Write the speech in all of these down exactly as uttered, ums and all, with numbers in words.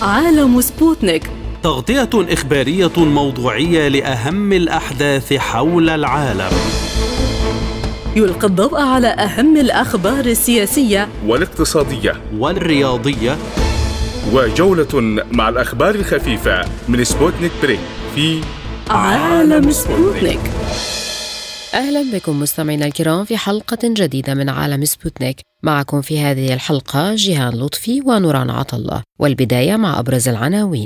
عالم سبوتنيك، تغطية إخبارية موضوعية لأهم الأحداث حول العالم. يلقي الضوء على أهم الأخبار السياسية والاقتصادية والرياضية، وجولة مع الأخبار الخفيفة من سبوتنيك بريك في عالم سبوتنيك. أهلا بكم مستمعينا الكرام في حلقة جديدة من عالم سبوتنيك. معكم في هذه الحلقة جيهان لطفي ونوران عطلة، والبداية مع أبرز العناوين.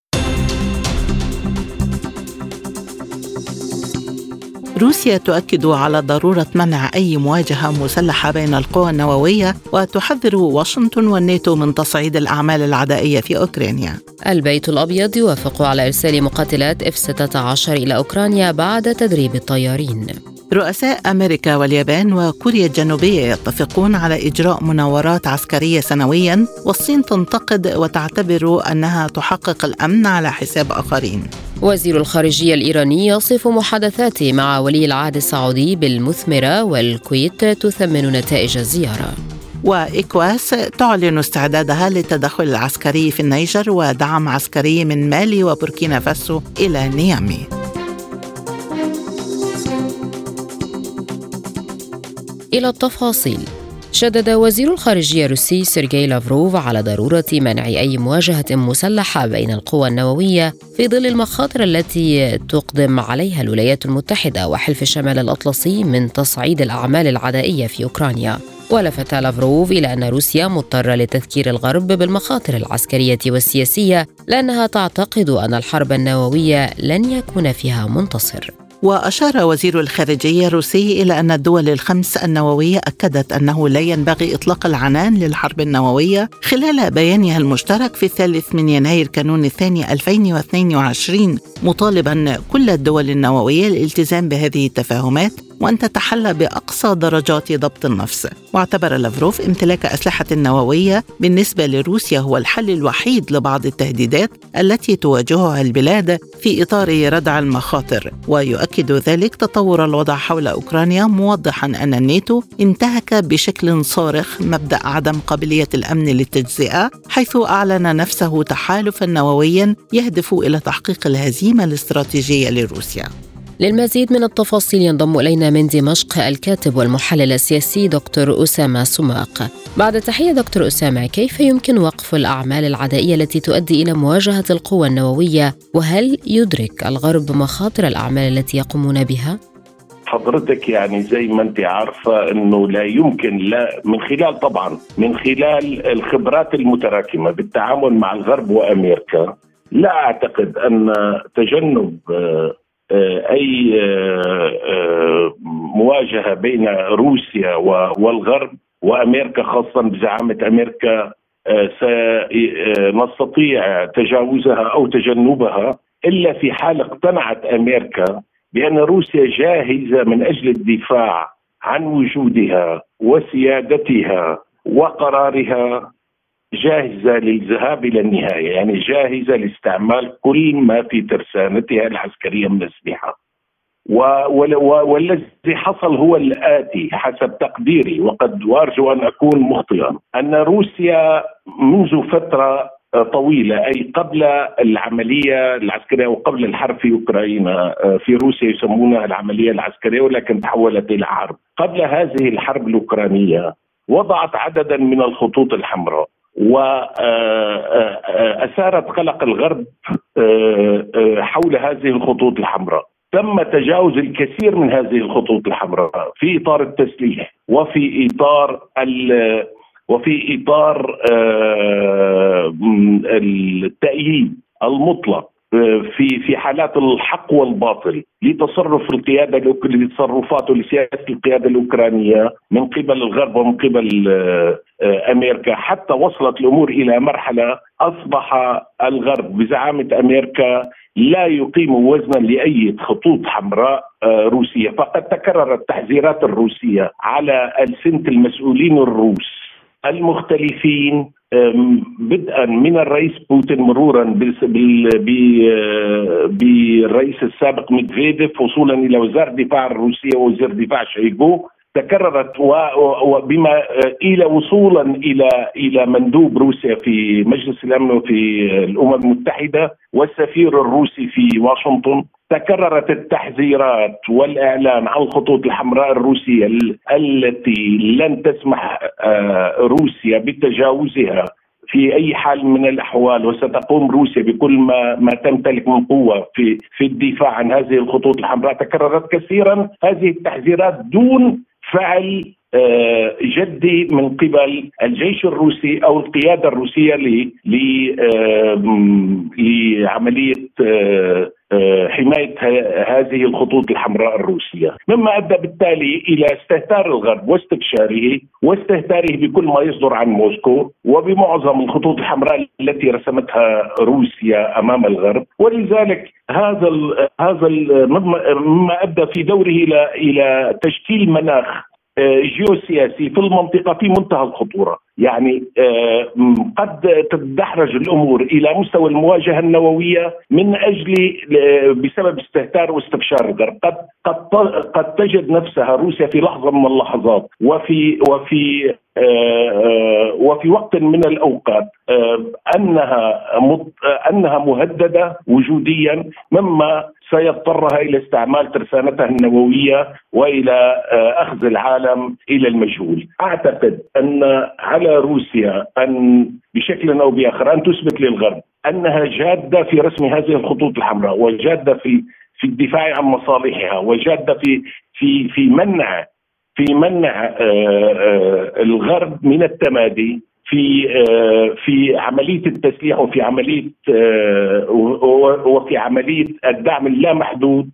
روسيا تؤكد على ضرورة منع أي مواجهة مسلحة بين القوى النووية، وتحذر واشنطن والناتو من تصعيد الأعمال العدائية في أوكرانيا. البيت الأبيض يوافق على إرسال مقاتلات إف ستة عشر إلى أوكرانيا بعد تدريب الطيارين. رؤساء أمريكا واليابان وكوريا الجنوبية يتفقون على إجراء مناورات عسكرية سنوياً، والصين تنتقد وتعتبر أنها تحقق الأمن على حساب آخرين. وزير الخارجية الإيراني يصف محادثاته مع ولي العهد السعودي بالمثمرة، والكويت تثمن نتائج الزيارة. وإكواس تعلن استعدادها للتدخل العسكري في النيجر ودعم عسكري من مالي وبوركينا فاسو إلى نيامي. إلى التفاصيل. شدد وزير الخارجية الروسي سيرجي لافروف على ضرورة منع أي مواجهة مسلحة بين القوى النووية في ظل المخاطر التي تقدم عليها الولايات المتحدة وحلف الشمال الأطلسي من تصعيد الأعمال العدائية في أوكرانيا. ولفت لافروف إلى أن روسيا مضطرة لتذكير الغرب بالمخاطر العسكرية والسياسية، لأنها تعتقد أن الحرب النووية لن يكون فيها منتصر. وأشار وزير الخارجية الروسي إلى أن الدول الخمس النووية أكدت أنه لا ينبغي إطلاق العنان للحرب النووية خلال بيانها المشترك في الثالث من يناير كانون الثاني ألفين واثنين وعشرين، مطالبا كل الدول النووية الالتزام بهذه التفاهمات وأن تتحلى بأقصى درجات ضبط النفس. واعتبر لافروف امتلاك أسلحة نووية بالنسبة لروسيا هو الحل الوحيد لبعض التهديدات التي تواجهها البلاد في إطار ردع المخاطر، ويؤكد ذلك تطور الوضع حول أوكرانيا، موضحا أن الناتو انتهك بشكل صارخ مبدأ عدم قابلية الأمن للتجزئة، حيث أعلن نفسه تحالفا نوويا يهدف إلى تحقيق الهزيمة الاستراتيجية لروسيا. للمزيد من التفاصيل ينضم إلينا من دمشق الكاتب والمحلل السياسي دكتور أسامة سماق. بعد تحية دكتور أسامة، كيف يمكن وقف الأعمال العدائية التي تؤدي إلى مواجهة القوى النووية، وهل يدرك الغرب مخاطر الأعمال التي يقومون بها؟ حضرتك يعني زي ما انت عارفة انه لا يمكن، لا من خلال طبعا من خلال الخبرات المتراكمة بالتعامل مع الغرب وامريكا، لا اعتقد ان تجنب أي مواجهة بين روسيا والغرب وأمريكا، خاصة بزعامة أمريكا، سنستطيع تجاوزها أو تجنبها إلا في حال اقتنعت أمريكا بأن روسيا جاهزة من أجل الدفاع عن وجودها وسيادتها وقرارها، جاهزة للذهاب إلى النهاية، يعني جاهزة لاستعمال كل ما في ترسانتها العسكرية من أسلحة. والذي حصل هو الآتي حسب تقديري، وقد أرجو أن أكون مخطئا، أن روسيا منذ فترة طويلة، أي قبل العملية العسكرية وقبل الحرب في أوكرانيا، في روسيا يسمونها العملية العسكرية ولكن تحولت إلى حرب، قبل هذه الحرب الأوكرانية وضعت عددا من الخطوط الحمراء وأثارت قلق الغرب حول هذه الخطوط الحمراء. تم تجاوز الكثير من هذه الخطوط الحمراء في إطار التسليح وفي إطار وفي إطار التأييد المطلق في في حالات الحق والباطل لتصرف القيادة لتصرفات ولسياسة القيادة الأوكرانية من قبل الغرب ومن قبل أمريكا، حتى وصلت الأمور إلى مرحلة أصبح الغرب بزعامة أمريكا لا يقيم وزنا لأي خطوط حمراء روسية. فقد تكررت تحذيرات الروسية على ألسنة المسؤولين الروس المختلفين، بدءا من الرئيس بوتين مرورا بالرئيس السابق ميدفيديف، وصولا إلى وزير الدفاع الروسية ووزير الدفاع شويغو، تكررت وبما الى وصولا الى الى مندوب روسيا في مجلس الامن وفي الامم المتحده والسفير الروسي في واشنطن. تكررت التحذيرات والاعلان عن الخطوط الحمراء الروسيه التي لن تسمح روسيا بتجاوزها في أي حال من الأحوال، وستقوم روسيا بكل ما ما تمتلك من قوة في في الدفاع عن هذه الخطوط الحمراء. تكررت كثيرا هذه التحذيرات دون فعل جدي من قبل الجيش الروسي أو القيادة الروسية لعملية حماية هذه الخطوط الحمراء الروسية، مما أدى بالتالي إلى استهتار الغرب واستبشاره واستهتاره بكل ما يصدر عن موسكو وبمعظم الخطوط الحمراء التي رسمتها روسيا أمام الغرب. ولذلك هذا هذا مما أدى في دوره إلى إلى تشكيل مناخ جيوسياسي في المنطقة في منتهى الخطورة. يعني قد تتدحرج الأمور إلى مستوى المواجهة النووية من أجل بسبب استهتار واستبشار الغرب. قد قد قد تجد نفسها روسيا في لحظة من اللحظات وفي وفي وفي وقت من الأوقات أنها أنها مهددة وجوديا، مما سيضطرها إلى استعمال ترسانتها النووية وإلى أخذ العالم إلى المجهول. أعتقد أن على روسيا أن بشكل أو بآخر أن تثبت للغرب أنها جادة في رسم هذه الخطوط الحمراء، وجادة في في الدفاع عن مصالحها، وجادة في في في منع في منع الغرب من التمادي في في عملية التسليح وفي عملية وفي عملية الدعم اللامحدود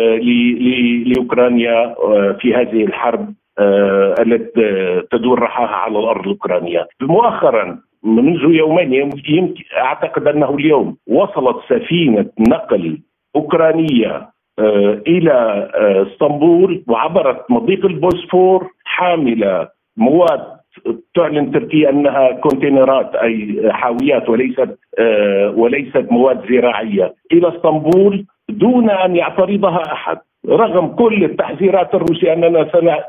لأوكرانيا في هذه الحرب التي تدور رحاها على الأرض الأوكرانية. مؤخرا منذ يومين يمكن أعتقد أنه اليوم وصلت سفينة نقل أوكرانية إلى اسطنبول وعبرت مضيق البوسفور حاملة مواد تعلن تركيا أنها كونتينرات أي حاويات وليست وليست مواد زراعية إلى اسطنبول دون أن يعترضها أحد، رغم كل التحذيرات الروسية أننا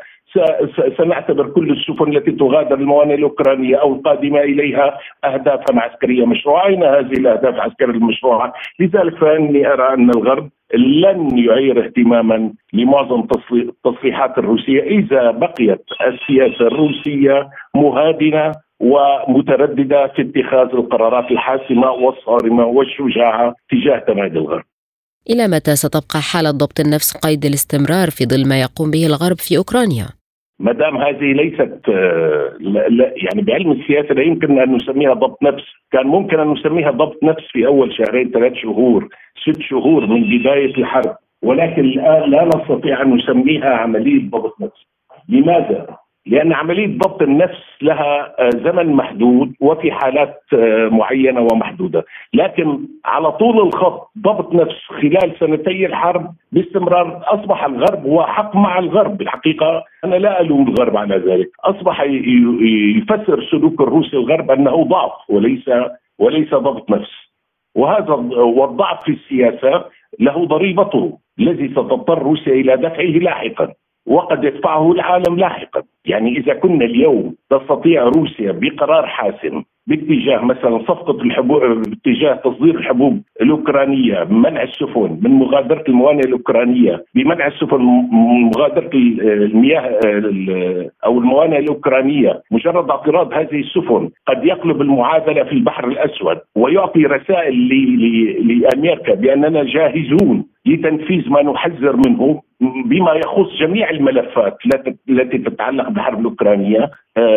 سنعتبر كل السفن التي تغادر الموانئ الأوكرانية أو القادمة إليها أهدافا عسكرية مشروعة. أين هذه الأهداف العسكرية المشروعة؟ لذلك فإني أرى أن الغرب لن يعير اهتماما لمعظم التصريحات الروسية إذا بقيت السياسة الروسية مهادنة ومترددة في اتخاذ القرارات الحاسمة والصارمة والشجاعة تجاه تمادي الغرب. إلى متى ستبقى حالة ضبط النفس قيد الاستمرار في ظل ما يقوم به الغرب في أوكرانيا؟ مدام هذه ليست لا لا يعني بعلم السياسة لا يمكن أن نسميها ضبط نفس. كان ممكن أن نسميها ضبط نفس في أول شهرين ثلاث شهور ست شهور من بداية الحرب، ولكن الآن لا نستطيع أن نسميها عملية ضبط نفس. لماذا؟ لأن عملية ضبط النفس لها زمن محدود وفي حالات معينة ومحدودة، لكن على طول الخط ضبط نفس خلال سنتي الحرب باستمرار أصبح الغرب وحق مع الغرب. بالحقيقة أنا لا ألوم الغرب على ذلك، أصبح يفسر سلوك الروسي الغرب أنه ضعف وليس وليس ضبط نفس، وهذا والضعف في السياسة له ضريبته الذي ستضطر روسيا إلى دفعه لاحقا وقد يدفعه العالم لاحقا. يعني إذا كنا اليوم تستطيع روسيا بقرار حاسم باتجاه مثلا صفقة الحبوب، باتجاه تصدير الحبوب الأوكرانية، بمنع السفن من مغادرة الموانئ الأوكرانية، بمنع السفن من مغادرة المياه أو الموانئ الأوكرانية، مجرد اعتراض هذه السفن قد يقلب المعادلة في البحر الأسود ويعطي رسائل لأمريكا بأننا جاهزون لتنفيذ ما نحذر منه بما يخص جميع الملفات التي تتعلق بالحرب الأوكرانية.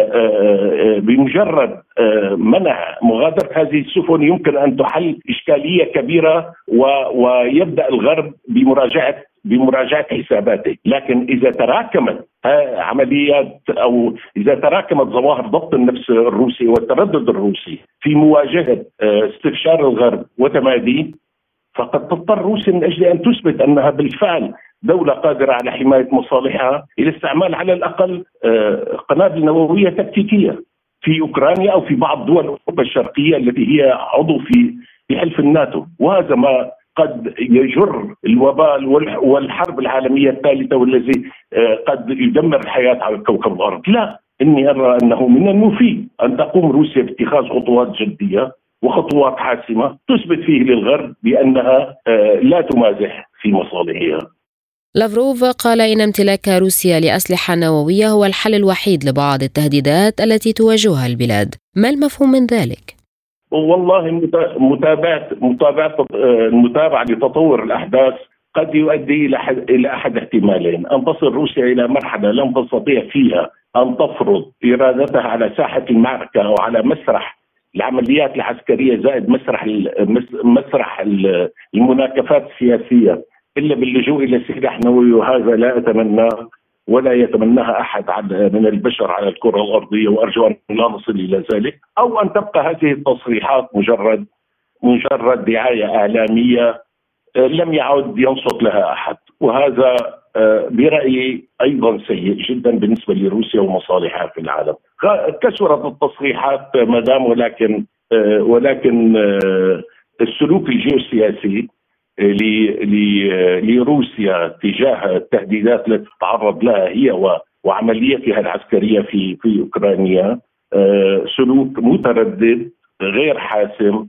بمجرد منع مغادرة هذه السفن يمكن أن تحل إشكالية كبيرة ويبدأ الغرب بمراجعة بمراجعة حساباته. لكن إذا تراكمت عمليات أو إذا تراكمت ظواهر ضبط النفس الروسي والتردد الروسي في مواجهة استفشار الغرب وتماديه، فقد تضطر روسيا من أجل أن تثبت أنها بالفعل دولة قادرة على حماية مصالحها إلى استعمال على الأقل قنابل نووية تكتيكية في أوكرانيا أو في بعض دول أوروبا الشرقية التي هي عضو في في حلف الناتو. وهذا ما قد يجر الوباء والحرب العالمية الثالثة والذي قد يدمر الحياة على كوكب الأرض. لا، إني أرى أنه من المفيد أن تقوم روسيا باتخاذ خطوات جدية وخطوات حاسمة تثبت فيه للغرب بأنها لا تمازح في مصالحها. لافروف قال إن امتلاك روسيا لأسلحة نووية هو الحل الوحيد لبعض التهديدات التي تواجهها البلاد. ما المفهوم من ذلك؟ والله متابعة متابعة المتابعة لتطور الأحداث قد يؤدي إلى إلى أحد احتمالين: أن تصل روسيا إلى مرحلة لم تستطيع فيها أن تفرض إرادتها على ساحة المعركة أو على مسرح العمليات العسكرية زائد مسرح مسرح المناكفات السياسية إلا باللجوء إلى سلاح نووي، وهذا لا أتمناه ولا يتمناها أحد من البشر على الكرة الأرضية، وأرجو أن لا نصل إلى ذلك، أو أن تبقى هذه التصريحات مجرد مجرد دعاية إعلامية لم يعد ينصت لها أحد، وهذا برأيي أيضا سيء جدا بالنسبة لروسيا ومصالحها في العالم. كثرت التصريحات مدام، ولكن ولكن السلوك الجيوسياسي لروسيا تجاه التهديدات التي تتعرض لها هي وعمليتها العسكرية في في أوكرانيا سلوك متردد غير حاسم.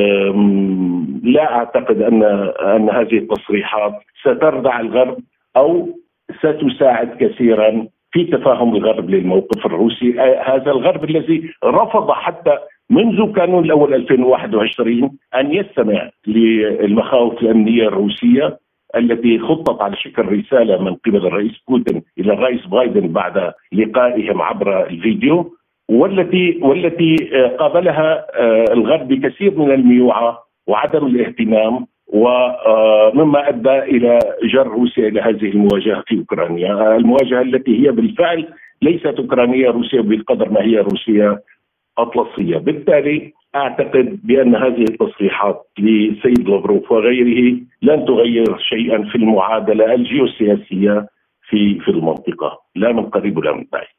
لا أعتقد أن أن هذه التصريحات ستردع الغرب أو ستساعد كثيرا في تفاهم الغرب للموقف الروسي. هذا الغرب الذي رفض حتى منذ كانون الأول ألفين وواحد وعشرين أن يستمع للمخاوف الأمنية الروسية التي خطت على شكل رسالة من قبل الرئيس بوتين إلى الرئيس بايدن بعد لقائهم عبر الفيديو، والتي والتي قابلها الغرب بكثير من الميوعة وعدم الاهتمام، ومما أدى إلى جر روسيا إلى هذه المواجهة في أوكرانيا، المواجهة التي هي بالفعل ليست أوكرانية روسيا بقدر ما هي روسيا أطلسية. بالتالي أعتقد بأن هذه التصريحات لسيد لافروف وغيره لن تغير شيئا في المعادلة الجيوسياسية في في المنطقة، لا من قريب ولا من بعيد.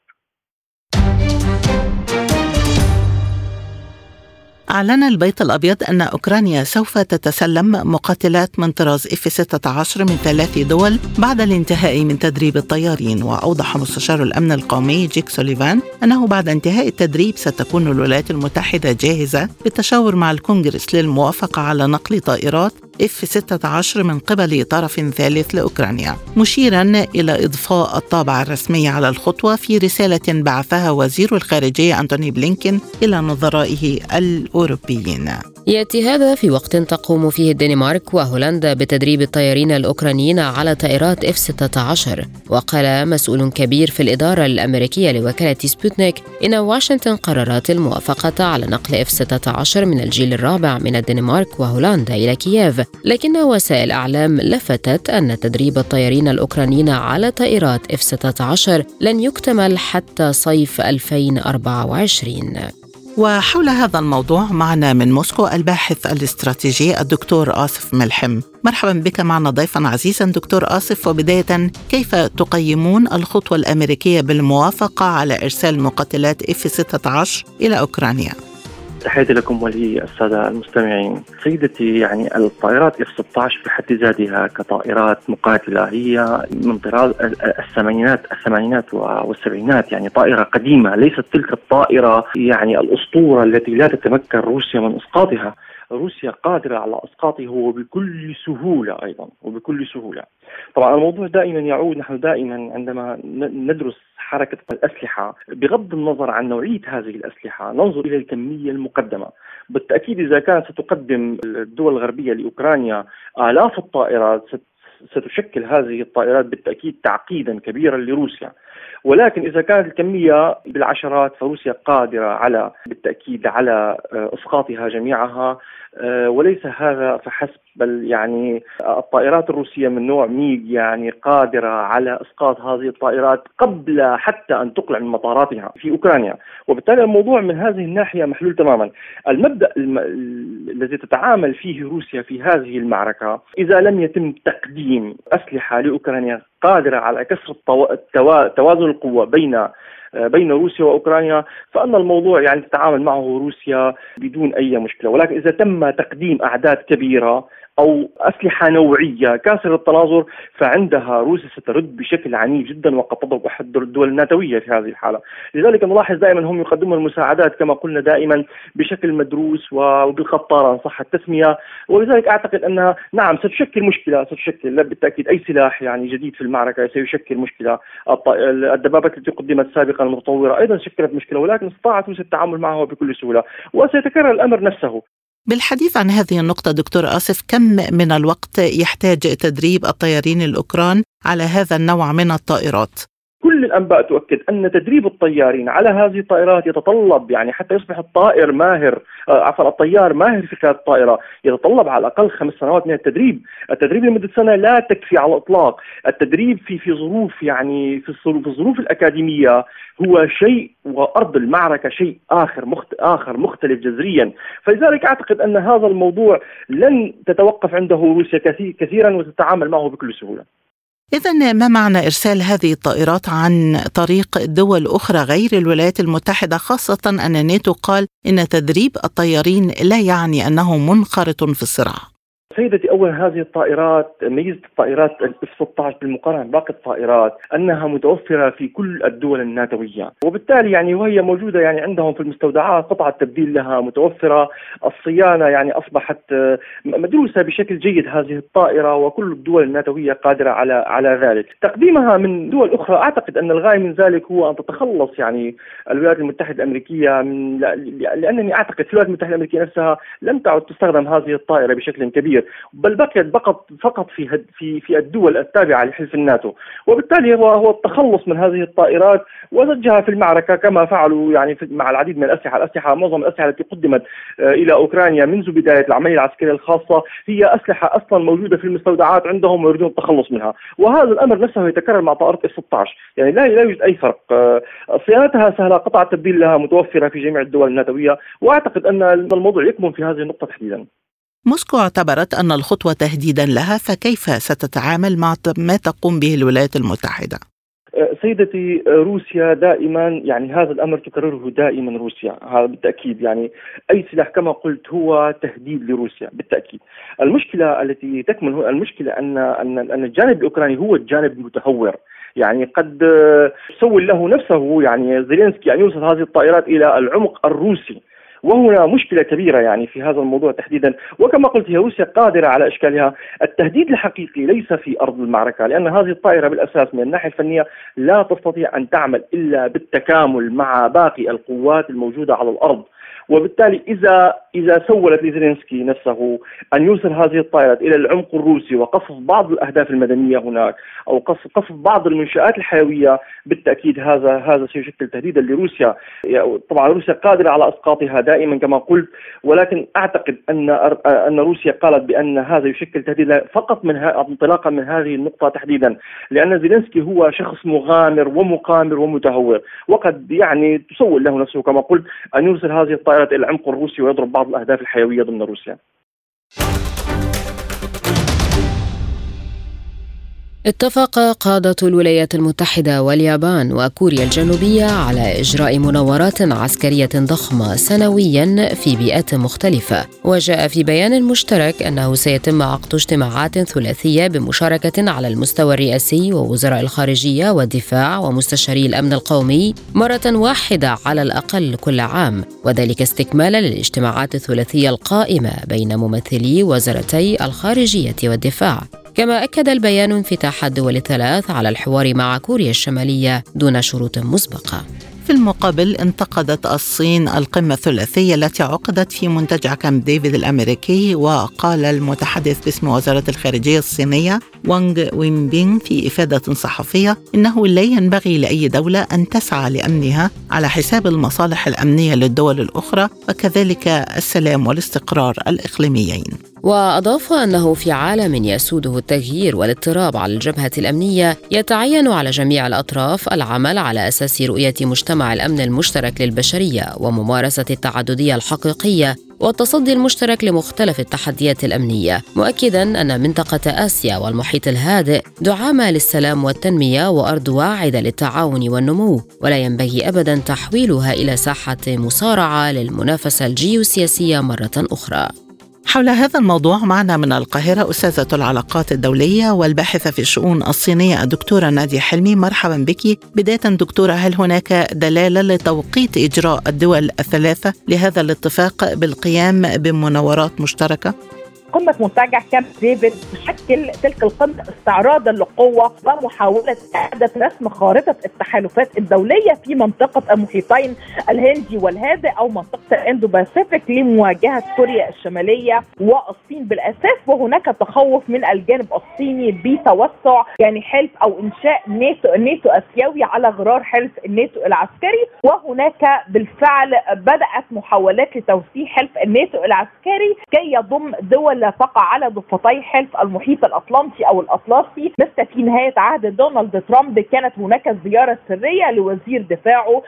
أعلن البيت الأبيض أن أوكرانيا سوف تتسلم مقاتلات من طراز إف ستة عشر من ثلاث دول بعد الانتهاء من تدريب الطيارين. وأوضح مستشار الأمن القومي جيك سوليفان أنه بعد انتهاء التدريب ستكون الولايات المتحدة جاهزة بالتشاور مع الكونغرس للموافقة على نقل طائرات إف ستة عشر من قبل طرف ثالث لأوكرانيا، مشيرا إلى إضفاء الطابع الرسمي على الخطوة في رسالة بعثها وزير الخارجية أنتوني بلينكين إلى نظرائه الأوروبيين. يأتي هذا في وقت تقوم فيه الدنمارك وهولندا بتدريب الطيارين الأوكرانيين على طائرات إف ستة عشر. وقال مسؤول كبير في الإدارة الأمريكية لوكالة سبوتنيك إن واشنطن قررت الموافقة على نقل إف ستة عشر من الجيل الرابع من الدنمارك وهولندا إلى كييف، لكن وسائل أعلام لفتت أن تدريب الطيارين الأوكرانيين على طائرات إف ستة عشر لن يكتمل حتى صيف ألفين وأربعة وعشرين. وحول هذا الموضوع معنا من موسكو الباحث الاستراتيجي الدكتور آصف ملحم. مرحبا بك معنا ضيفا عزيزا دكتور آصف. وبداية، كيف تقيمون الخطوة الأمريكية بالموافقة على إرسال مقاتلات إف ستة عشر إلى أوكرانيا؟ تحياتي لكم وللسادة المستمعين. سيدتي، يعني الطائرات إف ستة عشر في حد ذاتها كطائرات مقاتلة هي من طراز الثمانينات الثمانينات والسبعينات، يعني طائرة قديمة، ليست تلك الطائرة يعني الأسطورة التي لا تتمكن روسيا من إسقاطها. روسيا قادرة على إسقاطه وبكل سهولة أيضا وبكل سهولة. طبعا الموضوع دائما يعود، نحن دائما عندما ندرس حركة الأسلحة بغض النظر عن نوعية هذه الأسلحة ننظر إلى الكمية المقدمة. بالتأكيد إذا كانت ستقدم الدول الغربية لأوكرانيا آلاف الطائرات ستشكل هذه الطائرات بالتأكيد تعقيدا كبيرا لروسيا، ولكن إذا كانت الكمية بالعشرات فروسيا قادرة على بالتأكيد على إسقاطها جميعها. وليس هذا فحسب، بل يعني الطائرات الروسية من نوع ميغ يعني قادرة على إسقاط هذه الطائرات قبل حتى أن تقلع من مطاراتها في أوكرانيا، وبالتالي الموضوع من هذه الناحية محلول تماما. المبدأ الم... الذي تتعامل فيه روسيا في هذه المعركة، إذا لم يتم تقديم أسلحة لأوكرانيا قادرة على كسر التو... التوا... توازن القوة بين بين روسيا وأوكرانيا، فأن الموضوع يعني تتعامل معه روسيا بدون أي مشكلة. ولكن إذا تم تقديم أعداد كبيرة أو أسلحة نوعية كاسرة التناظر فعندها روسيا سترد بشكل عنيف جدا، وقد تضرب أحد الدول الناتوية في هذه الحالة. لذلك نلاحظ دائما هم يقدمون المساعدات كما قلنا دائما بشكل مدروس وبالخطارة إن صح التسمية، ولذلك أعتقد أنها نعم ستشكل مشكلة، ستشكل بالتأكيد أي سلاح يعني جديد في المعركة سيشكل مشكلة. الدبابات التي قدمت سابقا المتطورة أيضا شكلت مشكلة، ولكن استطاعت روسيا التعامل معها بكل سهولة، وسيتكرر الأمر نفسه. بالحديث عن هذه النقطة دكتور آصف، كم من الوقت يحتاج تدريب الطيارين الأوكران على هذا النوع من الطائرات؟ كل الأنباء تؤكد أن تدريب الطيارين على هذه الطائرات يتطلب يعني حتى يصبح الطائر ماهر آه عفوا الطيار ماهر في قيادة الطائرة يتطلب على الأقل خمس سنوات من التدريب. التدريب لمدة سنة لا تكفي على الإطلاق. التدريب في في ظروف يعني في الظروف, في الظروف الأكاديمية هو شيء، وأرض المعركة شيء آخر مخت... آخر مختلف جذريا. فلذلك أعتقد أن هذا الموضوع لن تتوقف عنده روسيا كثيرا وتتعامل معه بكل سهولة. إذن ما معنى إرسال هذه الطائرات عن طريق دول أخرى غير الولايات المتحدة، خاصة أن الناتو قال إن تدريب الطيارين لا يعني أنه منخرط في الصراع؟ سيدتي، أولا هذه الطائرات ميزة الطائرات الاف ستة عشر بالمقارنة بباقي الطائرات أنها متوفرة في كل الدول الناتوية، وبالتالي يعني وهي موجودة يعني عندهم في المستودعات، قطعة تبديل لها متوفرة، الصيانة يعني أصبحت مدروسة بشكل جيد هذه الطائرة، وكل الدول الناتوية قادرة على على ذلك. تقديمها من دول أخرى أعتقد أن الغاية من ذلك هو أن تتخلص يعني الولايات المتحدة الأمريكية من لأنني أعتقد في الولايات المتحدة الأمريكية نفسها لم تعد تستخدم هذه الطائرة بشكل كبير، بل بقيت فقط فقط في في في الدول التابعه لحلف الناتو، وبالتالي هو هو التخلص من هذه الطائرات وزجها في المعركه كما فعلوا يعني مع العديد من الاسلحه، الاسلحه معظم الاسلحه التي قدمت الى اوكرانيا منذ بدايه العمليه العسكريه الخاصه هي اسلحه اصلا موجوده في المستودعات عندهم ويريدون التخلص منها، وهذا الامر نفسه يتكرر مع طائره اف ستة عشر، يعني لا لا يوجد اي فرق. صيانتها سهله، قطع التبديل لها متوفره في جميع الدول الناتويه، واعتقد ان الموضوع يكمن في هذه النقطه تحديدا. موسكو اعتبرت أن الخطوة تهديدا لها، فكيف ستتعامل مع ما تقوم به الولايات المتحدة؟ سيدتي، روسيا دائما يعني هذا الأمر تكرره دائما روسيا، هذا بالتأكيد يعني أي سلاح كما قلت هو تهديد لروسيا بالتأكيد. المشكلة التي تكمن هو المشكلة أن أن أن الجانب الأوكراني هو الجانب المتهور، يعني قد سول له نفسه يعني زيلينسكي أن يوصل هذه الطائرات إلى العمق الروسي، وهنا مشكلة كبيرة يعني في هذا الموضوع تحديدا. وكما قلت هي روسيا قادرة على إشكالها. التهديد الحقيقي ليس في أرض المعركة، لأن هذه الطائرة بالأساس من الناحية الفنية لا تستطيع أن تعمل إلا بالتكامل مع باقي القوات الموجودة على الأرض، وبالتالي إذا إذا سولت لزيلينسكي نفسه أن يوصل هذه الطائرات إلى العمق الروسي وقصف بعض الأهداف المدنية هناك أو قصف قصف بعض المنشآت الحيوية، بالتأكيد هذا هذا سيشكل تهديدا لروسيا. طبعا روسيا قادرة على إسقاطها دائما كما قلت، ولكن أعتقد أن أن روسيا قالت بأن هذا يشكل تهديدا فقط من انطلاقا من هذه النقطة تحديدا، لأن زيلينسكي هو شخص مغامر ومقامر ومتهور، وقد يعني تسول له نفسه كما قلت أن يوصل هذه الطائرات إلى العمق الروسي ويضرب بعض الأهداف الحيوية ضمن روسيا. اتفق قادة الولايات المتحدة واليابان وكوريا الجنوبية على إجراء مناورات عسكرية ضخمة سنويا في بيئات مختلفة، وجاء في بيان مشترك أنه سيتم عقد اجتماعات ثلاثية بمشاركة على المستوى الرئاسي ووزراء الخارجية والدفاع ومستشاري الأمن القومي مرة واحدة على الأقل كل عام، وذلك استكمالا للاجتماعات الثلاثية القائمة بين ممثلي وزارتي الخارجية والدفاع. كما أكد البيان انفتاح الدول الثلاث على الحوار مع كوريا الشمالية دون شروط مسبقة. في المقابل انتقدت الصين القمة الثلاثية التي عقدت في منتجع كامب ديفيد الأمريكي، وقال المتحدث باسم وزارة الخارجية الصينية وانغ وينبين في إفادة صحفية إنه لا ينبغي لأي دولة أن تسعى لأمنها على حساب المصالح الأمنية للدول الأخرى، وكذلك السلام والاستقرار الإقليميين. وأضاف أنه في عالم يسوده التغيير والاضطراب على الجبهة الأمنية، يتعين على جميع الأطراف العمل على أساس رؤية مجتمع الأمن المشترك للبشرية وممارسة التعددية الحقيقية والتصدي المشترك لمختلف التحديات الأمنية، مؤكدا أن منطقة آسيا والمحيط الهادئ دعامة للسلام والتنمية وأرض واعدة للتعاون والنمو، ولا ينبغي أبدا تحويلها إلى ساحة مصارعة للمنافسة الجيوسياسية مرة أخرى. حول هذا الموضوع معنا من القاهرة أستاذة العلاقات الدولية والباحثة في الشؤون الصينية الدكتورة نادية حلمي. مرحبا بك. بداية دكتورة، هل هناك دلالة لتوقيت إجراء الدول الثلاثة لهذا الاتفاق بالقيام بمناورات مشتركة؟ قمة منتجع كامب ديفيد تشكل تلك القمة استعراضا للقوة ومحاولة إعادة رسم خارطة التحالفات الدولية في منطقة المحيطين الهندي والهادئ أو منطقة الإندو باسيفيك لمواجهة كوريا الشمالية والصين بالأساس. وهناك تخوف من الجانب الصيني بتوسع يعني حلف أو إنشاء ناتو الناتو آسيوي على غرار حلف الناتو العسكري، وهناك بالفعل بدأت محاولات لتوسيع حلف الناتو العسكري كي يضم دول لا تقع على ضفتي حلف المحيط الأطلنطي أو الأطلسي. مثل في نهاية عهد دونالد ترامب كانت هناك زيارة سرية لوزير دفاعه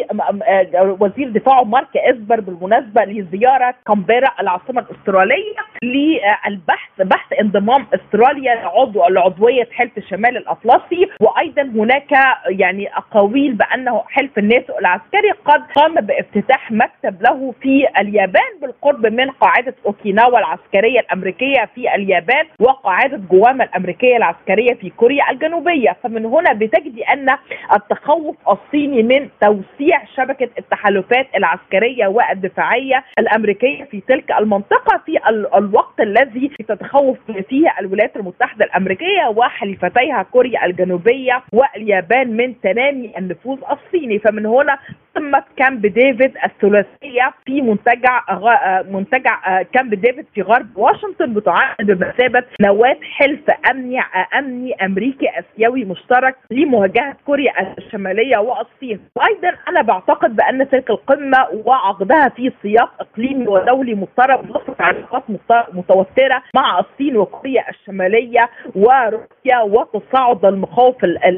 لوزير دفاعه مارك إسبر بالمناسبة لزيارة كامبيرا العاصمة الأسترالية للبحث بحث انضمام أستراليا لعضو لعضوية حلف الشمال الأطلسي. وأيضا هناك يعني أقاويل بأنه حلف الناتو العسكري قد قام بافتتاح مكتب له في اليابان بالقرب من قاعدة أوكيناوا العسكرية الأمريكية في اليابان وقاعدة جواما الأمريكية العسكرية في كوريا الجنوبية. فمن هنا بتجدي أن التخوف الصيني من توسيع شبكة التحالفات العسكرية والدفاعية الأمريكية في تلك المنطقة في الوقت الذي تتخوف فيه الولايات المتحدة الأمريكية وحليفتيها كوريا الجنوبية واليابان من تنامي النفوذ الصيني. فمن هنا قمة كامب ديفيد الثلاثية في منتجع منتجع كامب ديفيد في غرب واشنطن بتعد بمثابة نواة حلف أمني أمني أمريكي آسيوي مشترك لمواجهة كوريا الشمالية والصين. وأيضا أنا بعتقد بأن تلك القمة وعقدها في سياق إقليمي ودولي مضطرب وسط علاقات متوترة مع الصين وكوريا الشمالية وروسيا وتصاعد المخاوف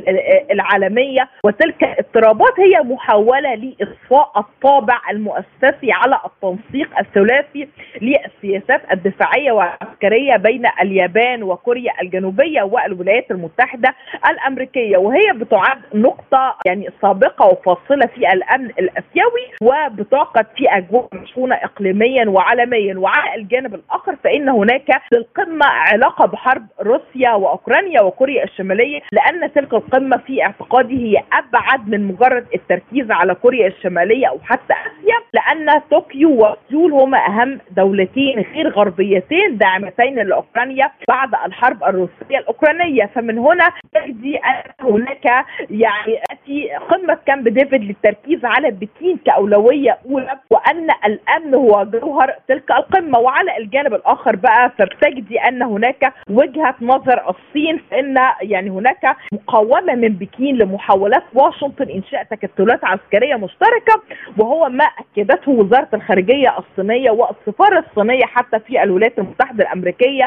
العالمية، وتلك الاضطرابات هي محاولة لإصفاء الطابع المؤسسي على التنسيق الثلاثي للسياسات الدفاعية والعسكرية بين اليابان وكوريا الجنوبية والولايات المتحدة الأمريكية. وهي بتعد نقطة يعني سابقة وفاصلة في الأمن الآسيوي وبتعقد في أجواء مشحونة إقليميا وعالميا. وعلى الجانب الآخر فإن هناك للقمة علاقة بحرب روسيا وأوكرانيا وكوريا الشمالية، لأن تلك القمة في اعتقادي هي أبعد من مجرد التركيز على كوريا الشمالية أو حتى آسيا، لأن طوكيو وسيول هما أهم دولتين غير غربيتين داعمتين لأوكرانيا بعد الحرب الروسية الأوكرانية. فمن هنا تجدي أن هناك يعني أتي قمة كامب ديفيد للتركيز على بكين كأولوية أولى، وأن الأمن هو جوهر تلك القمة. وعلى الجانب الآخر بقى فبتجدي أن هناك وجهة نظر الصين، فإن يعني هناك مقاومة من بكين لمحاولات واشنطن إنشاء تكتلات عسكرية مشتركة، وهو ما أكدته وزارة الخارجية الصينية والسفارة الصينية حتى في الولايات المتحدة الأمريكية.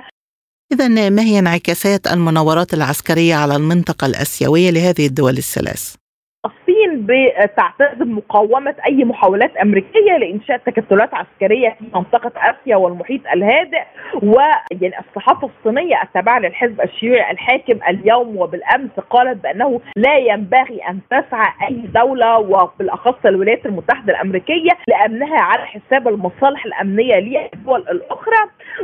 إذن ما هي انعكاسات المناورات العسكرية على المنطقة الآسيوية لهذه الدول الثلاث؟ الصين بتعتز بمقاومة أي محاولات أمريكية لإنشاء تكتلات عسكرية في منطقة آسيا والمحيط الهادئ. ويعني الصحافة الصينية التابعة للحزب الشيوعي الحاكم اليوم وبالأمس قالت بأنه لا ينبغي أن تسعى أي دولة وبالأخص الولايات المتحدة الأمريكية لأمنها على حساب المصالح الأمنية للدول الأخرى.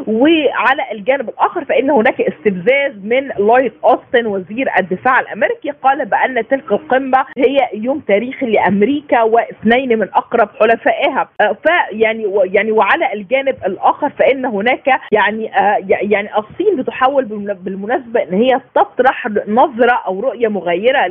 وعلى الجانب الآخر فإن هناك استفزاز من لويد أوستن وزير الدفاع الأمريكي، قال بأن تلك القمة هي يوم تاريخي لأمريكا واثنين من أقرب حلفائها. فيعني يعني وعلى الجانب الآخر فإن هناك يعني يعني الصين بتحاول بالمناسبة إن هي تطرح نظرة أو رؤية مغايرة